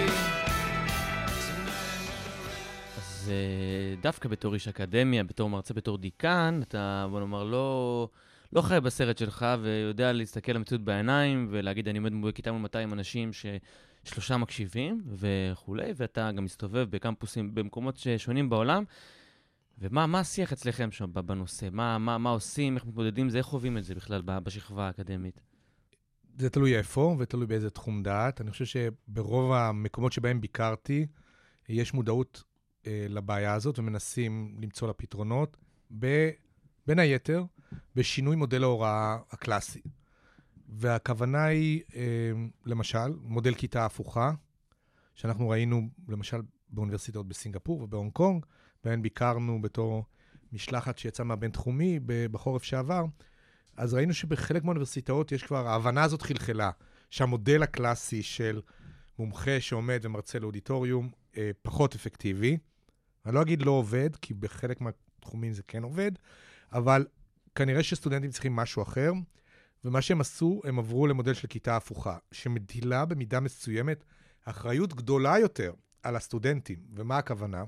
אז אה, דווקא בתור איש אקדמיה, בתור מרצה, בתור דיקן, אתה, בוא נאמר, לא, לא חי בסרט שלך ויודע להסתכל למציאות בעיניים ולהגיד, אני עומד בכיתה מול מאתיים אנשים ששלושה מקשיבים וכולי, ואתה גם מסתובב בקמפוסים, במקומות שונים בעולם. ומה מה השיח אצלכם שם בנושא? מה, מה, מה עושים? איך מתמודדים עם זה? איך חווים את זה בכלל בשכבה האקדמית? זה תלוי איפה ותלוי באיזה תחום דעת. אני חושב שברוב המקומות שבהם ביקרתי, יש מודעות אה, לבעיה הזאת ומנסים למצוא לה פתרונות, ב, בין היתר, בשינוי מודל ההוראה הקלאסי. והכוונה היא, אה, למשל, מודל כיתה הפוכה, שאנחנו ראינו, למשל, באוניברסיטאות בסינגפור ובהונג קונג, בהן ביקרנו בתור משלחת שיצאה מהבינתחומי בחורף שעבר, אז ראינו שבחלק מהאוניברסיטאות יש כבר, ההבנה הזאת חלחלה, שהמודל הקלאסי של מומחה שעומד ומרצה לאודיטוריום אה, פחות אפקטיבי. אני לא אגיד לא עובד, כי בחלק מהתחומים זה כן עובד, אבל כנראה שסטודנטים צריכים משהו אחר, ומה שהם עשו, הם עברו למודל של כיתה הפוכה, שמטילה במידה מסוימת אחריות גדולה יותר על הסטודנטים. ומה הכוונה?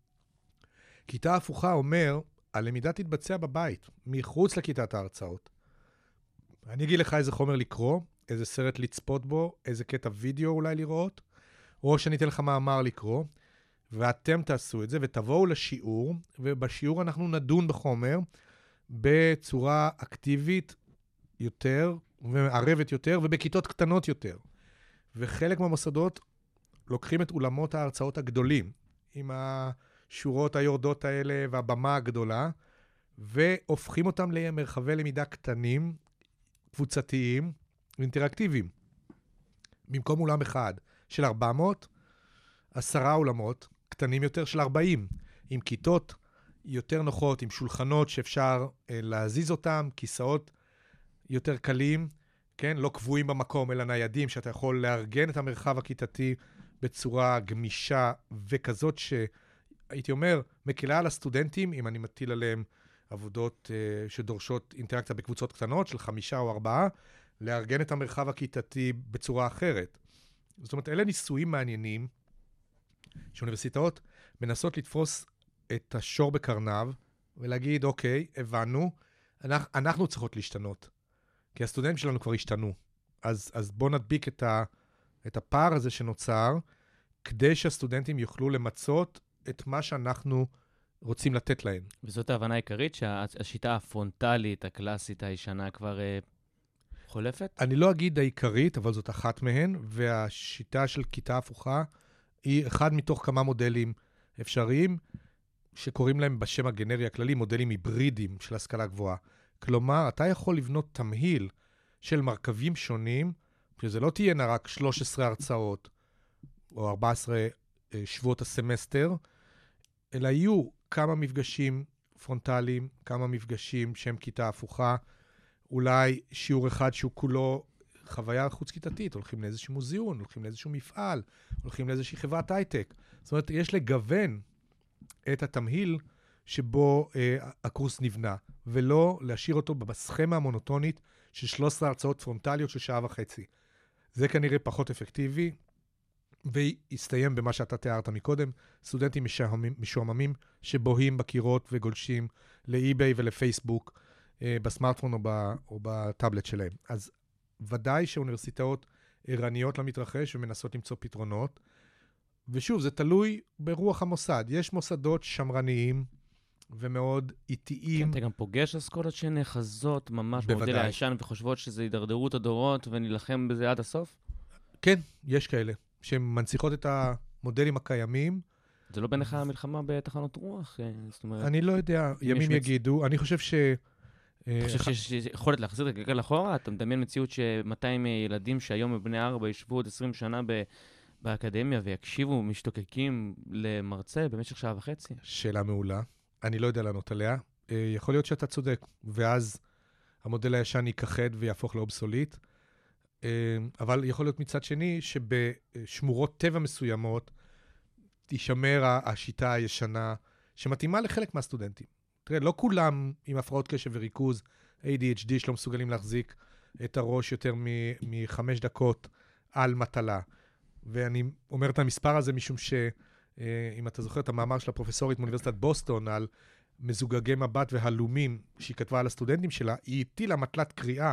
כיתה הפוכה אומר, הלמידה תתבצע בבית, מחוץ לכיתת ההרצאות. אני אגיד לך איזה חומר לקרוא, איזה סרט לצפות בו, איזה קטע וידאו אולי לראות, או שאני אתן לך מאמר לקרוא, ואתם תעשו את זה ותבואו לשיעור, ובשיעור אנחנו נדון בחומר בצורה אקטיבית יותר, ומערבת יותר, ובכיתות קטנות יותר. וחלק מהמוסדות לוקחים את אולמות ההרצאות הגדולים, עם השורות היורדות האלה והבמה הגדולה, והופכים אותם למרחבי למידה קטנים, קבוצתיים ואינטראקטיביים. במקום אולם אחד של ארבע מאות, עשרה אולמות קטנים יותר של ארבעים, עם כיתות יותר נוחות, עם שולחנות שאפשר אה, להזיז אותם, כיסאות יותר קלים, כן? לא קבועים במקום, אלא ניידים, שאתה יכול לארגן את המרחב הכיתתי בצורה גמישה וכזאת שהייתי אומר, מקלה על הסטודנטים, אם אני מטיל עליהם עבודות uh, שדורשות אינטראקציה בקבוצות קטנות של חמישה או ארבעה, לארגן את המרחב הכיתתי בצורה אחרת. זאת אומרת, אלה ניסויים מעניינים שאוניברסיטאות מנסות לתפוס את השור בקרניו ולהגיד, אוקיי, הבנו, אנחנו, אנחנו צריכות להשתנות. כי הסטודנטים שלנו כבר השתנו. אז, אז בואו נדביק את, ה, את הפער הזה שנוצר, כדי שהסטודנטים יוכלו למצות את מה שאנחנו רוצים לתת להם. וזאת ההבנה העיקרית, שהשיטה הפרונטלית, הקלאסית, הישנה כבר אה, חולפת? אני לא אגיד העיקרית, אבל זאת אחת מהן, והשיטה של כיתה הפוכה היא אחד מתוך כמה מודלים אפשריים, שקוראים להם בשם הגנרי הכללי, מודלים היברידיים של השכלה גבוהה. כלומר, אתה יכול לבנות תמהיל של מרכבים שונים, שזה לא תהיינה רק שלוש עשרה הרצאות, או ארבע עשרה שבועות הסמסטר, אלא יהיו כמה מפגשים פרונטליים, כמה מפגשים שהם כיתה הפוכה, אולי שיעור אחד שהוא כולו חוויה חוץ-כיתתית, הולכים לאיזשהו מוזיאון, הולכים לאיזשהו מפעל, הולכים לאיזושהי חברת הייטק. זאת אומרת, יש לגוון את התמהיל שבו אה, הקורס נבנה, ולא להשאיר אותו בסכמה המונוטונית של שלוש עשרה הרצאות פרונטליות של שעה וחצי. זה כנראה פחות אפקטיבי, ויסתיים במה שאתה תיארת מקודם, סטודנטים משועממים, משועממים שבוהים בקירות וגולשים לאי-ביי ולפייסבוק, אה, בסמארטפון או, ב, או בטאבלט שלהם. אז ודאי שהאוניברסיטאות ערניות למתרחש ומנסות למצוא פתרונות, ושוב, זה תלוי ברוח המוסד. יש מוסדות שמרניים ומאוד איטיים. כן, אתה גם פוגש אסכולות שנאחזות ממש במודל הישן וחושבות שזה הידרדרות הדורות ונלחם בזה עד הסוף? כן, יש כאלה, שמנציחות את המודלים הקיימים. זה לא ביניך המלחמה בתחנות רוח? זאת אומרת... אני לא יודע, ימים יגידו. אני חושב ש... אני חושב שיש יכולת להחזיר את הגלגל אחורה? אתה מדמיין מציאות ש-מאתיים ילדים שהיום הם בני ארבע ישבו עוד עשרים שנה ב... באקדמיה ויקשיבו משתוקקים למרצה במשך שעה וחצי? שאלה מעולה. אני לא יודע לענות עליה. יכול להיות שאתה צודק, ואז המודל הישן ייכחד ויהפוך לאובסוליט. אבל יכול להיות מצד שני שבשמורות טבע מסוימות תישמר השיטה הישנה שמתאימה לחלק מהסטודנטים. תראה, לא כולם עם הפרעות קשב וריכוז, איי די אייץ' די, שלא מסוגלים להחזיק את הראש יותר מחמש דקות על מטלה. ואני אומר את המספר הזה משום שאם אתה זוכר את המאמר של הפרופסורית מאוניברסיטת בוסטון על מזוגגי מבט והלומים שהיא כתבה על הסטודנטים שלה, היא הטילה מטלת קריאה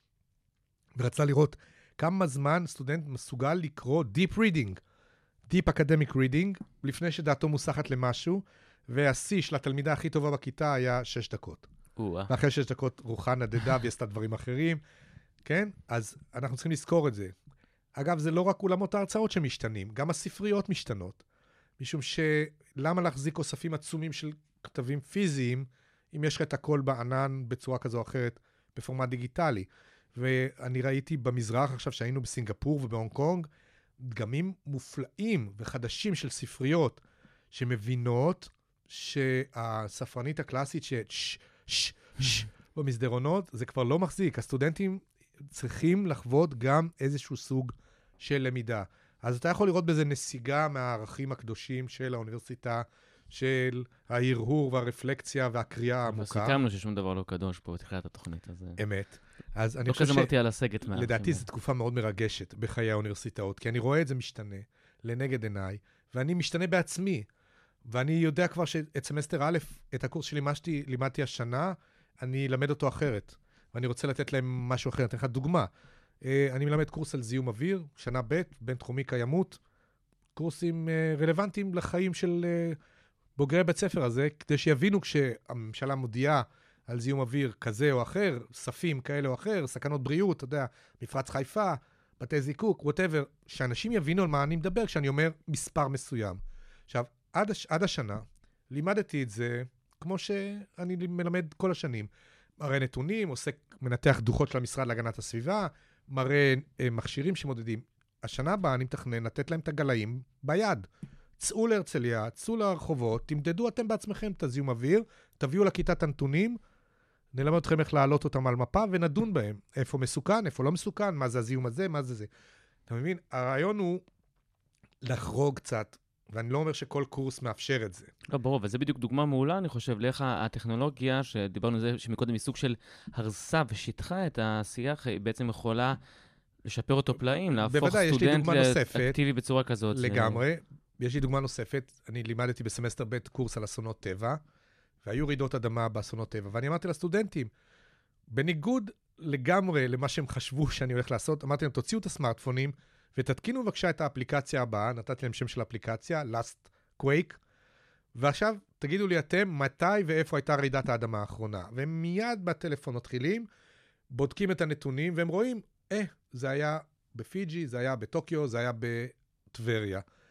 ורצה לראות כמה זמן סטודנט מסוגל לקרוא Deep Reading, Deep Academic Reading, לפני שדעתו מוסחת למשהו, והשיא של התלמידה הכי טובה בכיתה היה שש דקות. ואחרי שש דקות רוחה נדדה והיא עשתה דברים אחרים, כן? אז אנחנו צריכים לזכור את זה. אגב, זה לא רק אולמות ההרצאות שמשתנים, גם הספריות משתנות. משום שלמה להחזיק אוספים עצומים של כתבים פיזיים, אם יש לך את הכל בענן בצורה כזו או אחרת, בפורמט דיגיטלי. ואני ראיתי במזרח, עכשיו שהיינו בסינגפור ובהונג קונג, דגמים מופלאים וחדשים של ספריות, שמבינות שהספרנית הקלאסית שש, ש, ש, במסדרונות, זה כבר לא מחזיק. הסטודנטים צריכים לחוות גם איזשהו סוג של למידה. אז אתה יכול לראות בזה נסיגה מהערכים הקדושים של האוניברסיטה, של ההרהור והרפלקציה והקריאה העמוקה. וסיכמנו ששום דבר לא קדוש פה בתחילת התוכנית הזה. אמת. אז אני לא חושב כזה מרתי על הסגת מה. לדעתי זו תקופה מאוד מרגשת בחיי האוניברסיטאות, כי אני רואה את זה משתנה לנגד עיניי, ואני משתנה בעצמי. ואני יודע כבר שאת סמסטר א', את הקורס שלימדתי, לימדתי השנה, אני אלמד אותו אחרת. ואני רוצה לתת להם משהו אחר. אתן לך דוגמה. אני מלמד קורס על זיהום אוויר, שנה ב', בין תחומי קיימות, קורסים רלוונטיים לחיים של בוגרי בית ספר הזה, כדי שיבינו כשהממשלה מודיעה על זיהום אוויר כזה או אחר, ספים כאלה או אחר, סכנות בריאות, אתה יודע, מפרץ חיפה, בתי זיקוק, whatever, שאנשים יבינו על מה אני מדבר כשאני אומר מספר מסוים. עכשיו, עד, הש... עד השנה לימדתי את זה כמו שאני מלמד כל השנים. מראה נתונים, עוסק, מנתח דוחות של המשרד להגנת הסביבה, מראה אה, מכשירים שמודדים. השנה הבאה אני מתכנן לתת להם את הגלאים ביד. צאו להרצליה, צאו לרחובות, תמדדו אתם בעצמכם את הזיהום אוויר, תביאו לכיתת הנתונים, נלמד אתכם איך להעלות אותם על מפה ונדון בהם. איפה מסוכן, איפה לא מסוכן, מה זה הזיהום הזה, מה זה זה. אתה מבין? הרעיון הוא לחרוג קצת, ואני לא אומר שכל קורס מאפשר את זה. לא, ברור, וזה בדיוק דוגמה מעולה, אני חושב, לאיך הטכנולוגיה, שדיברנו על זה, שמקודם היא סוג של הרסה ושיטחה את השיח, היא בעצם יכולה לשפר אותו פלאים, להפוך סטודנט לאקטיבי בצורה כזאת. לגמרי. יש לי דוגמה נוספת. אני לימדתי בסמסטר ב' קורס על אסונות טבע, והיו רעידות אדמה באסונות טבע, ואני אמרתי לסטודנטים, בניגוד לגמרי למה שהם חשבו שאני הולך לעשות, אמרתי להם, תוציאו את הסמארטפונים, ותתקינו בבקשה את האפליקציה הבאה, נתתי להם שם של האפליקציה, Last Quake, ועכשיו תגידו לי אתם מתי ואיפה הייתה רעידת האדמה האחרונה. והם מיד בטלפון מתחילים, בודקים את הנתונים, והם רואים, אה, זה היה בפיג'י, זה היה בטוקיו, זה היה בטבריה.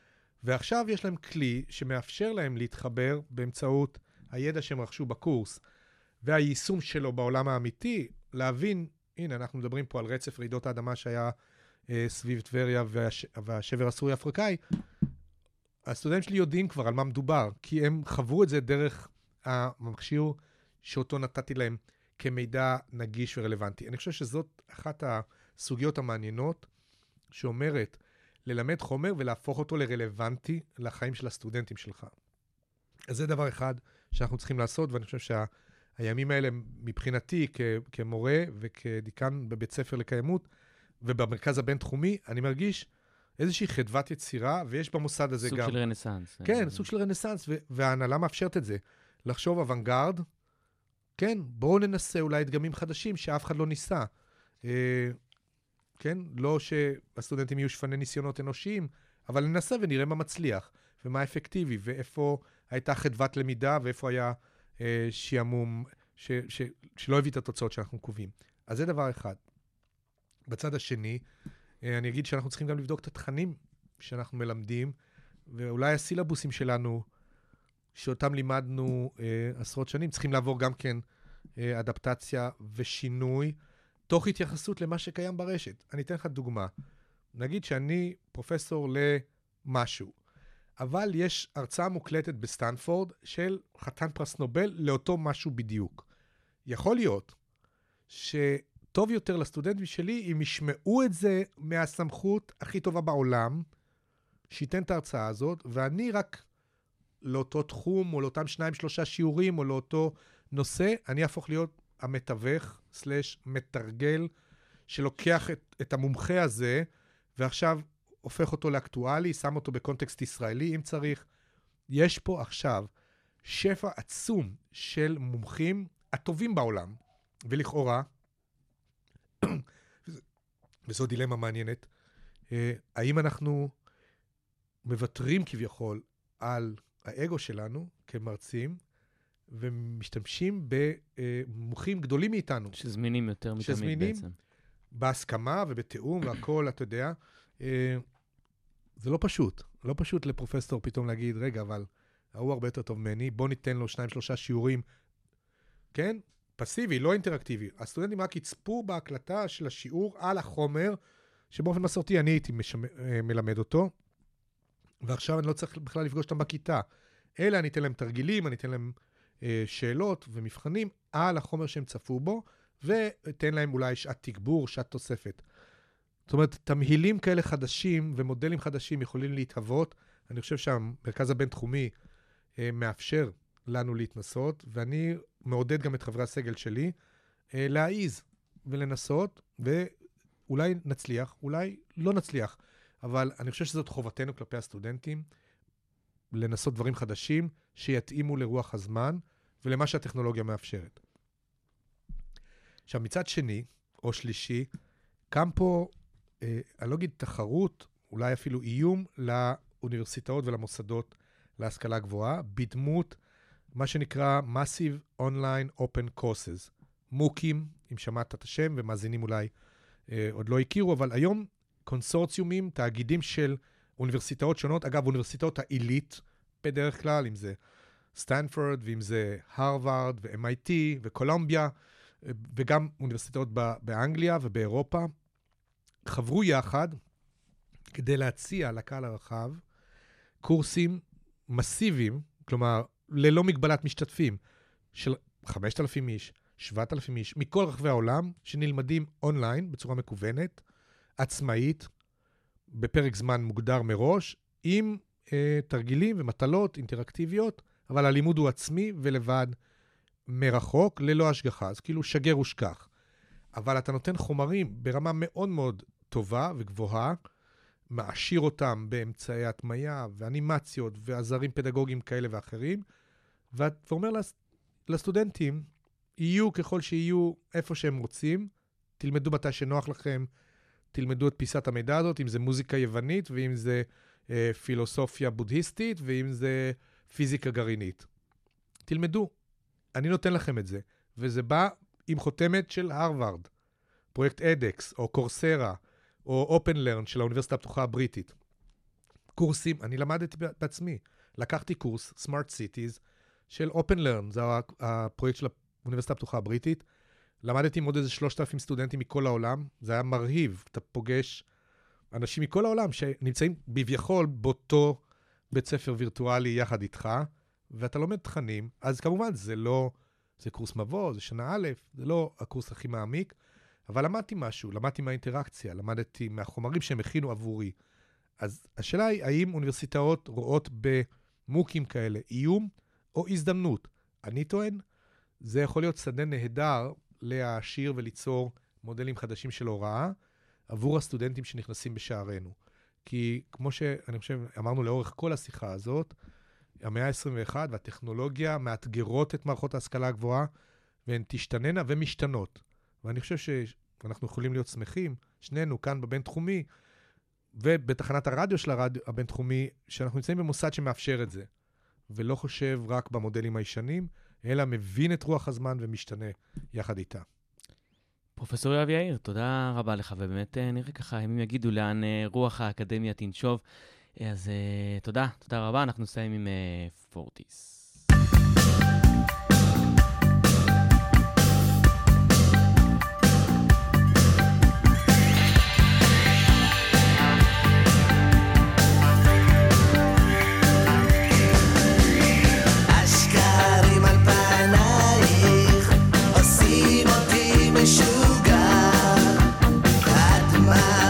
ועכשיו יש להם כלי שמאפשר להם להתחבר באמצעות הידע שהם רכשו בקורס, והיישום שלו בעולם האמיתי, להבין, הנה, אנחנו מדברים פה על רצף רעידות האדמה שהיה אה, סביב טבריה והש... והשבר הסורי-אפריקאי. הסטודנטים שלי יודעים כבר על מה מדובר, כי הם חוו את זה דרך המכשיר שאותו נתתי להם כמידע נגיש ורלוונטי. אני חושב שזאת אחת הסוגיות המעניינות שאומרת ללמד חומר ולהפוך אותו לרלוונטי לחיים של הסטודנטים שלך. אז זה דבר אחד שאנחנו צריכים לעשות, ואני חושב שהימים האלה מבחינתי כ- כמורה וכדיקן בבית ספר לקיימות ובמרכז הבינתחומי, אני מרגיש איזושהי חדוות יצירה, ויש במוסד הזה סוג גם... סוג של רנסנס. כן, סוג של רנסנס, ו- וההנהלה מאפשרת את זה. לחשוב אוונגרד, כן, בואו ננסה אולי דגמים חדשים שאף אחד לא ניסה. אה, כן, לא שהסטודנטים יהיו שפני ניסיונות אנושיים, אבל ננסה ונראה מה מצליח, ומה אפקטיבי, ואיפה הייתה חדוות למידה, ואיפה היה אה, שיעמום ש- ש- שלא הביא את התוצאות שאנחנו קובעים. אז זה דבר אחד. בצד השני, אה, אני אגיד שאנחנו צריכים גם לבדוק את התכנים שאנחנו מלמדים, ואולי הסילבוסים שלנו, שאותם לימדנו אה, עשרות שנים, צריכים לעבור גם כן אה, אדפטציה ושינוי, תוך התייחסות למה שקיים ברשת. אני אתן לך דוגמה. נגיד שאני פרופסור למשהו, אבל יש הרצאה מוקלטת בסטנפורד של חתן פרס נובל לאותו משהו בדיוק. יכול להיות שטוב יותר לסטודנטים שלי אם ישמעו את זה מהסמכות הכי טובה בעולם, שייתן את ההרצאה הזאת, ואני רק לאותו תחום, או לאותם שניים, שלושה שיעורים, או לאותו נושא, אני אהפוך להיות המתווך, סלש מתרגל, שלוקח את, את המומחה הזה, ועכשיו הופך אותו לאקטואלי, שם אותו בקונטקסט ישראלי, אם צריך. יש פה עכשיו שפע עצום של מומחים הטובים בעולם, ולכאורה, וזו דילמה מעניינת, האם אנחנו מבטרים כביכול על האגו שלנו כמרצים, ומשתמשים במומחים גדולים מאיתנו. שזמינים יותר מתמיד שזמינים בעצם. בהסכמה ובתיאום והכל, אתה יודע. זה לא פשוט. לא פשוט לפרופסור פתאום להגיד, רגע, אבל הוא הרבה יותר טוב ממני, בוא ניתן לו שניים, שלושה שיעורים. כן? פסיבי, לא אינטראקטיבי. הסטודנטים רק יצפו בהקלטה של השיעור על החומר, שבאופן מסורתי אני הייתי משמ... מלמד אותו, ועכשיו אני לא צריך בכלל לפגוש אותם בכיתה. אלא אני אתן להם תרגילים, אני אתן להם אה, שאלות ומבחנים על החומר שהם צפו בו, ואתן להם אולי שעת תגבור, שעת תוספת. זאת אומרת, תמהילים כאלה חדשים ומודלים חדשים יכולים להתהוות. אני חושב שהמרכז הבינתחומי אה, מאפשר לנו להתנסות, ואני מעודד גם את חברי הסגל שלי אה, להעיז ולנסות, ואולי נצליח, אולי לא נצליח. אבל אני חושב שזאת חובתנו כלפי הסטודנטים, לנסות דברים חדשים שיתאימו לרוח הזמן ולמה שהטכנולוגיה מאפשרת. עכשיו, מצד שני, או שלישי, קם פה, אה, אני לא אגיד תחרות, אולי אפילו איום לאוניברסיטאות ולמוסדות להשכלה גבוהה, בדמות מה שנקרא Massive Online Open Courses, מוקים, אם שמעת את השם, ומאזינים אולי אה, עוד לא הכירו, אבל היום קונסורציומים, תאגידים של אוניברסיטאות שונות, אגב, אוניברסיטאות העילית, בדרך כלל, אם זה סטנפורד, ואם זה הרווארד, ו-אם איי טי, וקולומביה, וגם אוניברסיטאות באנגליה ובאירופה, חברו יחד כדי להציע לקהל הרחב קורסים מסיביים, כלומר, ללא מגבלת משתתפים, של חמשת אלפים איש, שבעת אלפים איש, מכל רחבי העולם, שנלמדים אונליין בצורה מקוונת, עצמאית, בפרק זמן מוגדר מראש, עם אה, תרגילים ומטלות אינטראקטיביות, אבל הלימוד הוא עצמי ולבד מרחוק, ללא השגחה. אז כאילו שגר ושכח. אבל אתה נותן חומרים ברמה מאוד מאוד טובה וגבוהה, מעשיר אותם באמצעי התמיה ואנימציות ועזרים פדגוגיים כאלה ואחרים, ואומר לס... לסטודנטים, יהיו ככל שיהיו איפה שהם רוצים, תלמדו מתי שנוח לכם, תלמדו את פיסת המידע הזאת, אם זה מוזיקה יוונית, ואם זה אה, פילוסופיה בודהיסטית, ואם זה פיזיקה גרעינית. תלמדו. אני נותן לכם את זה. וזה בא עם חותמת של הרווארד, פרויקט אדקס, או קורסרה, או אופן לרן של האוניברסיטה הפתוחה הבריטית. קורסים, אני למדתי בעצמי. לקחתי קורס, Smart Cities, של Open Learn, זה הפרויקט של האוניברסיטה הפתוחה הבריטית. למדתי עם עוד איזה שלושת אלפים סטודנטים מכל העולם. זה היה מרהיב. אתה פוגש אנשים מכל העולם שנמצאים בביכול באותו בית ספר וירטואלי יחד איתך, ואתה לומד תכנים. אז כמובן זה לא, זה קורס מבוא, זה שנה א', זה לא הקורס הכי מעמיק, אבל למדתי משהו, למדתי מהאינטראקציה, למדתי מהחומרים שהם הכינו עבורי. אז השאלה היא, האם אוניברסיטאות רואות במוקים כאלה איום או הזדמנות? אני טוען, זה יכול להיות שדה נהדר להעשיר וליצור מודלים חדשים של הוראה עבור הסטודנטים שנכנסים בשערנו. כי כמו שאני חושב, אמרנו לאורך כל השיחה הזאת, המאה ה-עשרים ואחת והטכנולוגיה מאתגרות את מערכות ההשכלה הגבוהה, והן תשתננה ומשתנות. ואני חושב שאנחנו יכולים להיות שמחים, שנינו כאן בבינתחומי, ובתחנת הרדיו של הרדיו הבינתחומי, שאנחנו נמצאים במוסד שמאפשר את זה, ולא חושב רק במודלים הישנים, אלא מבין את רוח הזמן ומשתנה יחד איתה. פרופסור יואב יאיר, תודה רבה לך, ובאמת נראה ככה, אם יגידו לאן רוח האקדמיה תנשוב, אז תודה, תודה רבה, אנחנו נסיים עם פורטיס. משוגע, את מה